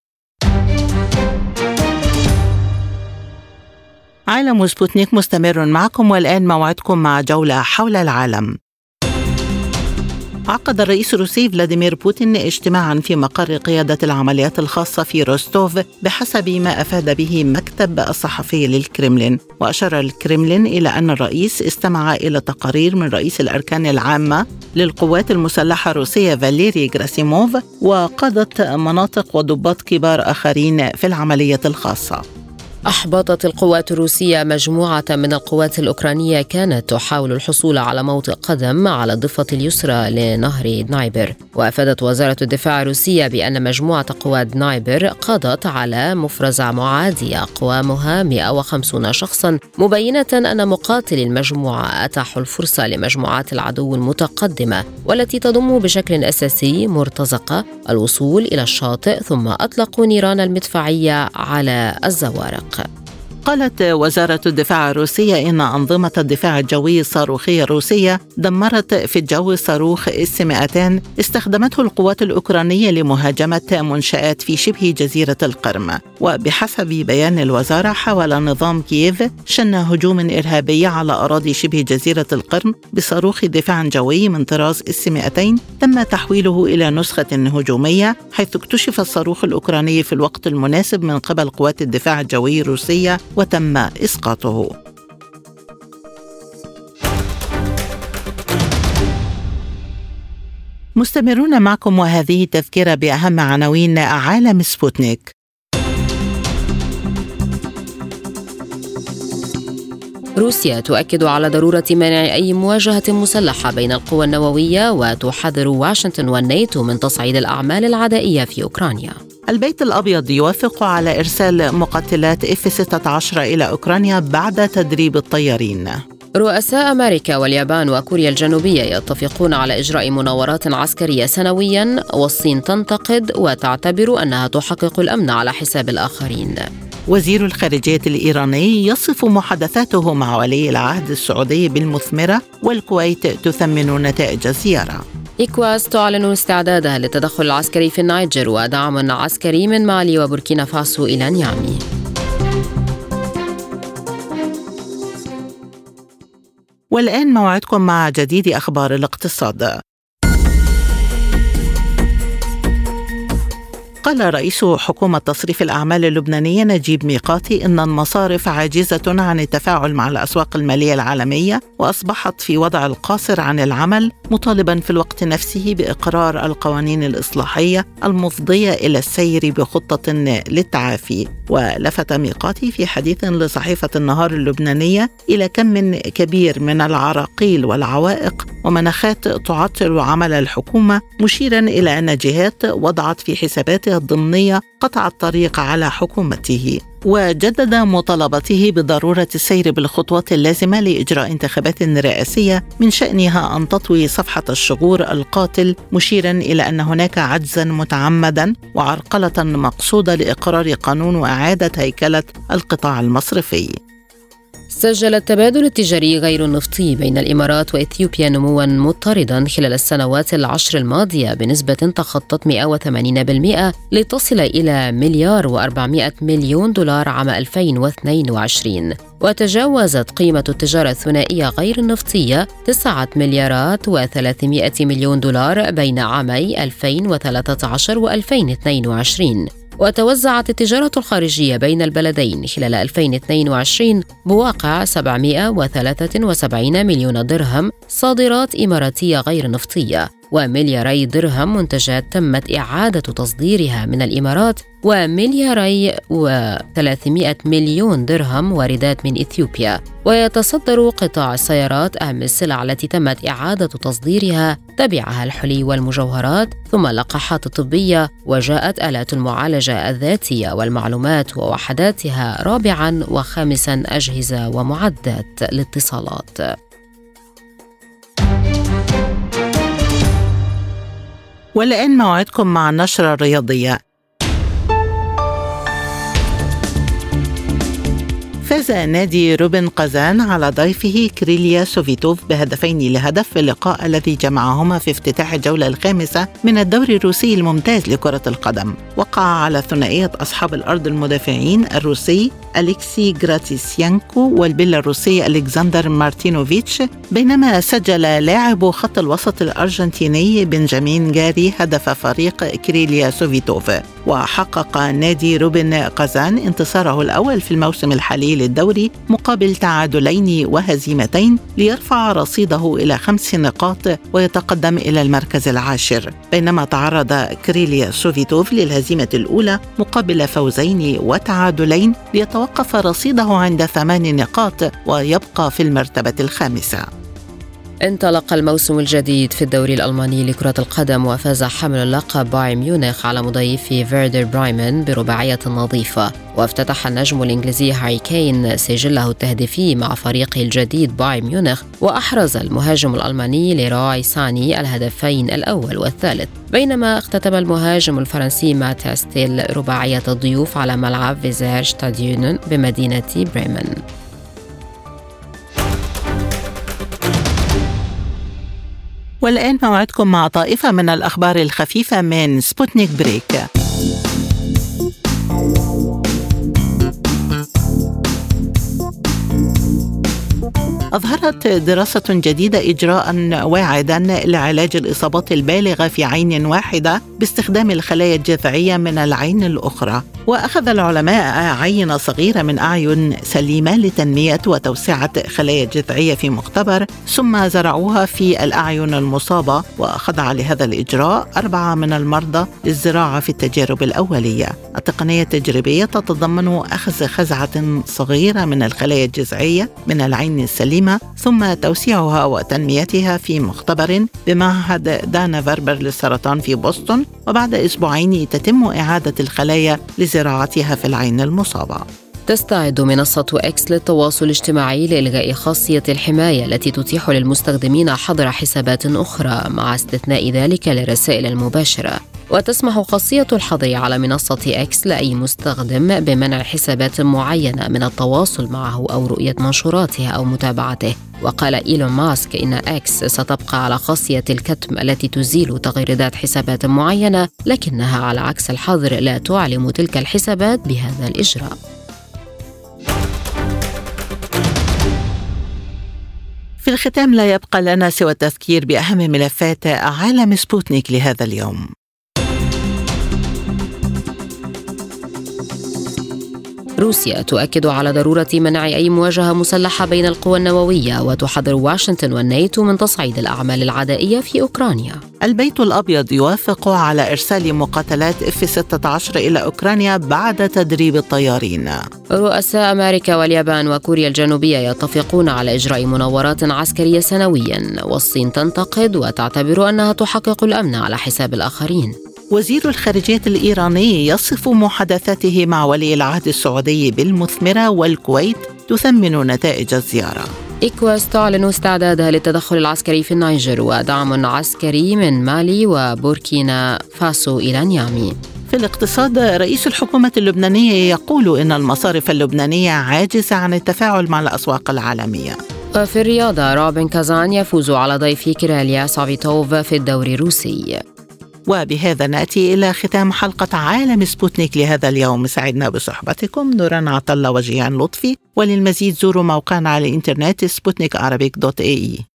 عالم سبوتنيك مستمر معكم، والآن موعدكم مع جولة حول العالم. عقد الرئيس الروسي فلاديمير بوتين اجتماعا في مقر قيادة العمليات الخاصة في روستوف بحسب ما أفاد به مكتب الصحفي للكرملين. وأشار الكرملين إلى أن الرئيس استمع إلى تقارير من رئيس الأركان العامة للقوات المسلحة الروسية فاليري غراسيموف وقادة مناطق وضباط كبار آخرين في العملية الخاصة. أحبطت القوات الروسية مجموعة من القوات الأوكرانية كانت تحاول الحصول على موطئ قدم على الضفة اليسرى لنهر دنايبر. وأفادت وزارة الدفاع الروسية بأن مجموعة قوات دنايبر قضت على مفرزة معادية أقوامها مئة وخمسين شخصا، مبينة أن مقاتلي المجموعة أتاحوا الفرصة لمجموعات العدو المتقدمة والتي تضم بشكل أساسي مرتزقة الوصول إلى الشاطئ، ثم أطلقوا نيران المدفعية على الزوارق. قالت وزارة الدفاع الروسية إن أنظمة الدفاع الجوي الصاروخية الروسية دمرت في الجو صاروخ إس مئتين استخدمته القوات الأوكرانية لمهاجمة منشآت في شبه جزيرة القرم. وبحسب بيان الوزارة، حاول نظام كييف شن هجوم إرهابي على أراضي شبه جزيرة القرم بصاروخ دفاع جوي من طراز إس مئتين تم تحويله إلى نسخة هجومية، حيث اكتشف الصاروخ الأوكراني في الوقت المناسب من قبل قوات الدفاع الجوي الروسية وتم إسقاطه. مستمرون معكم، وهذه تذكرة بأهم عناوين عالم سبوتنيك. روسيا تؤكد على ضرورة منع أي مواجهة مسلحة بين القوى النووية، وتحذر واشنطن والناتو من تصعيد الأعمال العدائية في أوكرانيا. البيت الأبيض يوافق على إرسال مقاتلات إف ستة عشر إلى أوكرانيا بعد تدريب الطيارين. رؤساء أمريكا واليابان وكوريا الجنوبية يتفقون على إجراء مناورات عسكرية سنوياً، والصين تنتقد وتعتبر أنها تحقق الأمن على حساب الآخرين. وزير الخارجية الإيراني يصف محادثاته مع ولي العهد السعودي بالمثمرة، والكويت تثمن نتائج الزيارة. إيكواس تعلن استعدادها للتدخل العسكري في النيجر ودعم عسكري من مالي وبوركينا فاسو إلى نيامي. والآن موعدكم مع جديد أخبار الاقتصاد. قال رئيس حكومة تصريف الأعمال اللبنانية نجيب ميقاتي إن المصارف عاجزة عن التفاعل مع الأسواق المالية العالمية، وأصبحت في وضع القاصر عن العمل، مطالبا في الوقت نفسه بإقرار القوانين الإصلاحية المفضية إلى السير بخطة للتعافي. ولفت ميقاتي في حديث لصحيفة النهار اللبنانية إلى كم كبير من العراقيل والعوائق ومناخات تعطل عمل الحكومة، مشيرا إلى أن جهات وضعت في حساباتها الضمنية قطع الطريق على حكومته. وجدد مطالبته بضرورة السير بالخطوات اللازمة لإجراء انتخابات رئاسية من شأنها أن تطوي صفحة الشغور القاتل، مشيرا إلى أن هناك عجزا متعمدا وعرقلة مقصودة لإقرار قانون وإعادة هيكلة القطاع المصرفي. سجل التبادل التجاري غير النفطي بين الإمارات وإثيوبيا نمواً مضطرداً خلال السنوات العشر الماضية بنسبة تخطت مئة وثمانين بالمئة لتصل إلى مليار وأربعمئة مليون دولار عام ألفين واثنين وعشرين. وتجاوزت قيمة التجارة الثنائية غير النفطية تسعة مليارات وثلاثمئة مليون دولار بين عامي ألفين وثلاثة عشر وألفين واثنين وعشرين. وتوزعت التجارة الخارجية بين البلدين خلال ألفين واثنين وعشرين بواقع سبعمائة وثلاثة وسبعين مليون درهم صادرات إماراتية غير نفطية، وملياري درهم منتجات تمت إعادة تصديرها من الإمارات، وملياري وثلاثمائة مليون درهم واردات من إثيوبيا. ويتصدر قطاع السيارات أهم السلع التي تمت إعادة تصديرها، تبعها الحلي والمجوهرات، ثم اللقاحات الطبية، وجاءت آلات المعالجة الذاتية والمعلومات ووحداتها رابعاً، وخامساً أجهزة ومعدات الاتصالات. والآن موعدكم مع النشرة الرياضية. فاز نادي روبن قازان على ضيفه كريليا سوفيتوف بهدفين لهدف في اللقاء الذي جمعهما في افتتاح الجولة الخامسة من الدوري الروسي الممتاز لكرة القدم. وقع على ثنائية أصحاب الأرض المدافعين الروسي أليكسي غراتيسيانكو والبيلاروسي ألكسندر مارتينوفيتش، بينما سجل لاعب خط الوسط الأرجنتيني بنجامين جاري هدف فريق كريليا سوفيتوف. وحقق نادي روبن قازان انتصاره الأول في الموسم الحالي للدوري مقابل تعادلين وهزيمتين ليرفع رصيده إلى خمس نقاط ويتقدم إلى المركز العاشر، بينما تعرض كريليا سوفيتوف للهزيمة الأولى مقابل فوزين وتعادلين ليتوقف رصيده عند ثمان نقاط ويبقى في المرتبة الخامسة. انطلق الموسم الجديد في الدوري الألماني لكرة القدم، وفاز حامل اللقب بايرن ميونخ على مضيفي فيردر برايمن برباعية نظيفة. وافتتح النجم الإنجليزي هاري كين سجله التهديفي مع فريقه الجديد بايرن ميونخ، وأحرز المهاجم الألماني ليروي ساني الهدفين الأول والثالث، بينما اختتم المهاجم الفرنسي ماتياس تيل رباعية الضيوف على ملعب فيزير شتاديون بمدينة بريمن. والآن موعدكم مع طائفة من الأخبار الخفيفة من سبوتنيك بريك. أظهرت دراسة جديدة إجراء واعدا لعلاج الإصابات البالغة في عين واحدة باستخدام الخلايا الجذعية من العين الأخرى. وأخذ العلماء عينة صغيرة من أعين سليمة لتنمية وتوسعة خلايا جذعية في مختبر، ثم زرعوها في الأعين المصابة، وخضع لهذا الإجراء أربعة من المرضى للزراعة في التجارب الأولية. التقنية التجريبية تتضمن أخذ خزعة صغيرة من الخلايا الجذعية من العين السليمة، ثم توسيعها وتنميتها في مختبر بمعهد دانا فيربر للسرطان في بوسطن، وبعد أسبوعين تتم إعادة الخلايا لزراعتها في العين المصابة. تستعد منصة إكس للتواصل الاجتماعي لإلغاء خاصية الحماية التي تتيح للمستخدمين حظر حسابات أخرى، مع استثناء ذلك للرسائل المباشرة. وتسمح خاصية الحظر على منصة إكس لأي مستخدم بمنع حسابات معينة من التواصل معه أو رؤية منشوراتها أو متابعته. وقال إيلون ماسك إن إكس ستبقى على خاصية الكتم التي تزيل تغريدات حسابات معينة، لكنها على عكس الحظر لا تعلم تلك الحسابات بهذا الإجراء. في الختام لا يبقى لنا سوى التذكير بأهم ملفات عالم سبوتنيك لهذا اليوم. روسيا تؤكد على ضرورة منع أي مواجهة مسلحة بين القوى النووية، وتحذر واشنطن والناتو من تصعيد الأعمال العدائية في أوكرانيا. البيت الأبيض يوافق على إرسال مقاتلات إف ستة عشر إلى أوكرانيا بعد تدريب الطيارين. رؤساء أمريكا واليابان وكوريا الجنوبية يتفقون على إجراء مناورات عسكرية سنويا، والصين تنتقد وتعتبر أنها تحقق الأمن على حساب الآخرين. وزير الخارجية الإيراني يصف محادثاته مع ولي العهد السعودي بالمثمرة، والكويت تثمن نتائج الزيارة. إكواس تعلن استعدادها للتدخل العسكري في النيجر، ودعم عسكري من مالي وبوركينا فاسو إلى نيامي. في الاقتصاد، رئيس الحكومة اللبنانية يقول إن المصارف اللبنانية عاجزة عن التفاعل مع الأسواق العالمية. وفي الرياضة، روبن قازان يفوز على ضيف كريليا سوفيتوف في الدوري الروسي. وبهذا نأتي إلى ختام حلقة عالم سبوتنيك لهذا اليوم. سعدنا بصحبتكم نوران عطلة وجيهان لطفي، وللمزيد زوروا موقعنا على الإنترنت سبوتنيك عربيك دوت اي اي.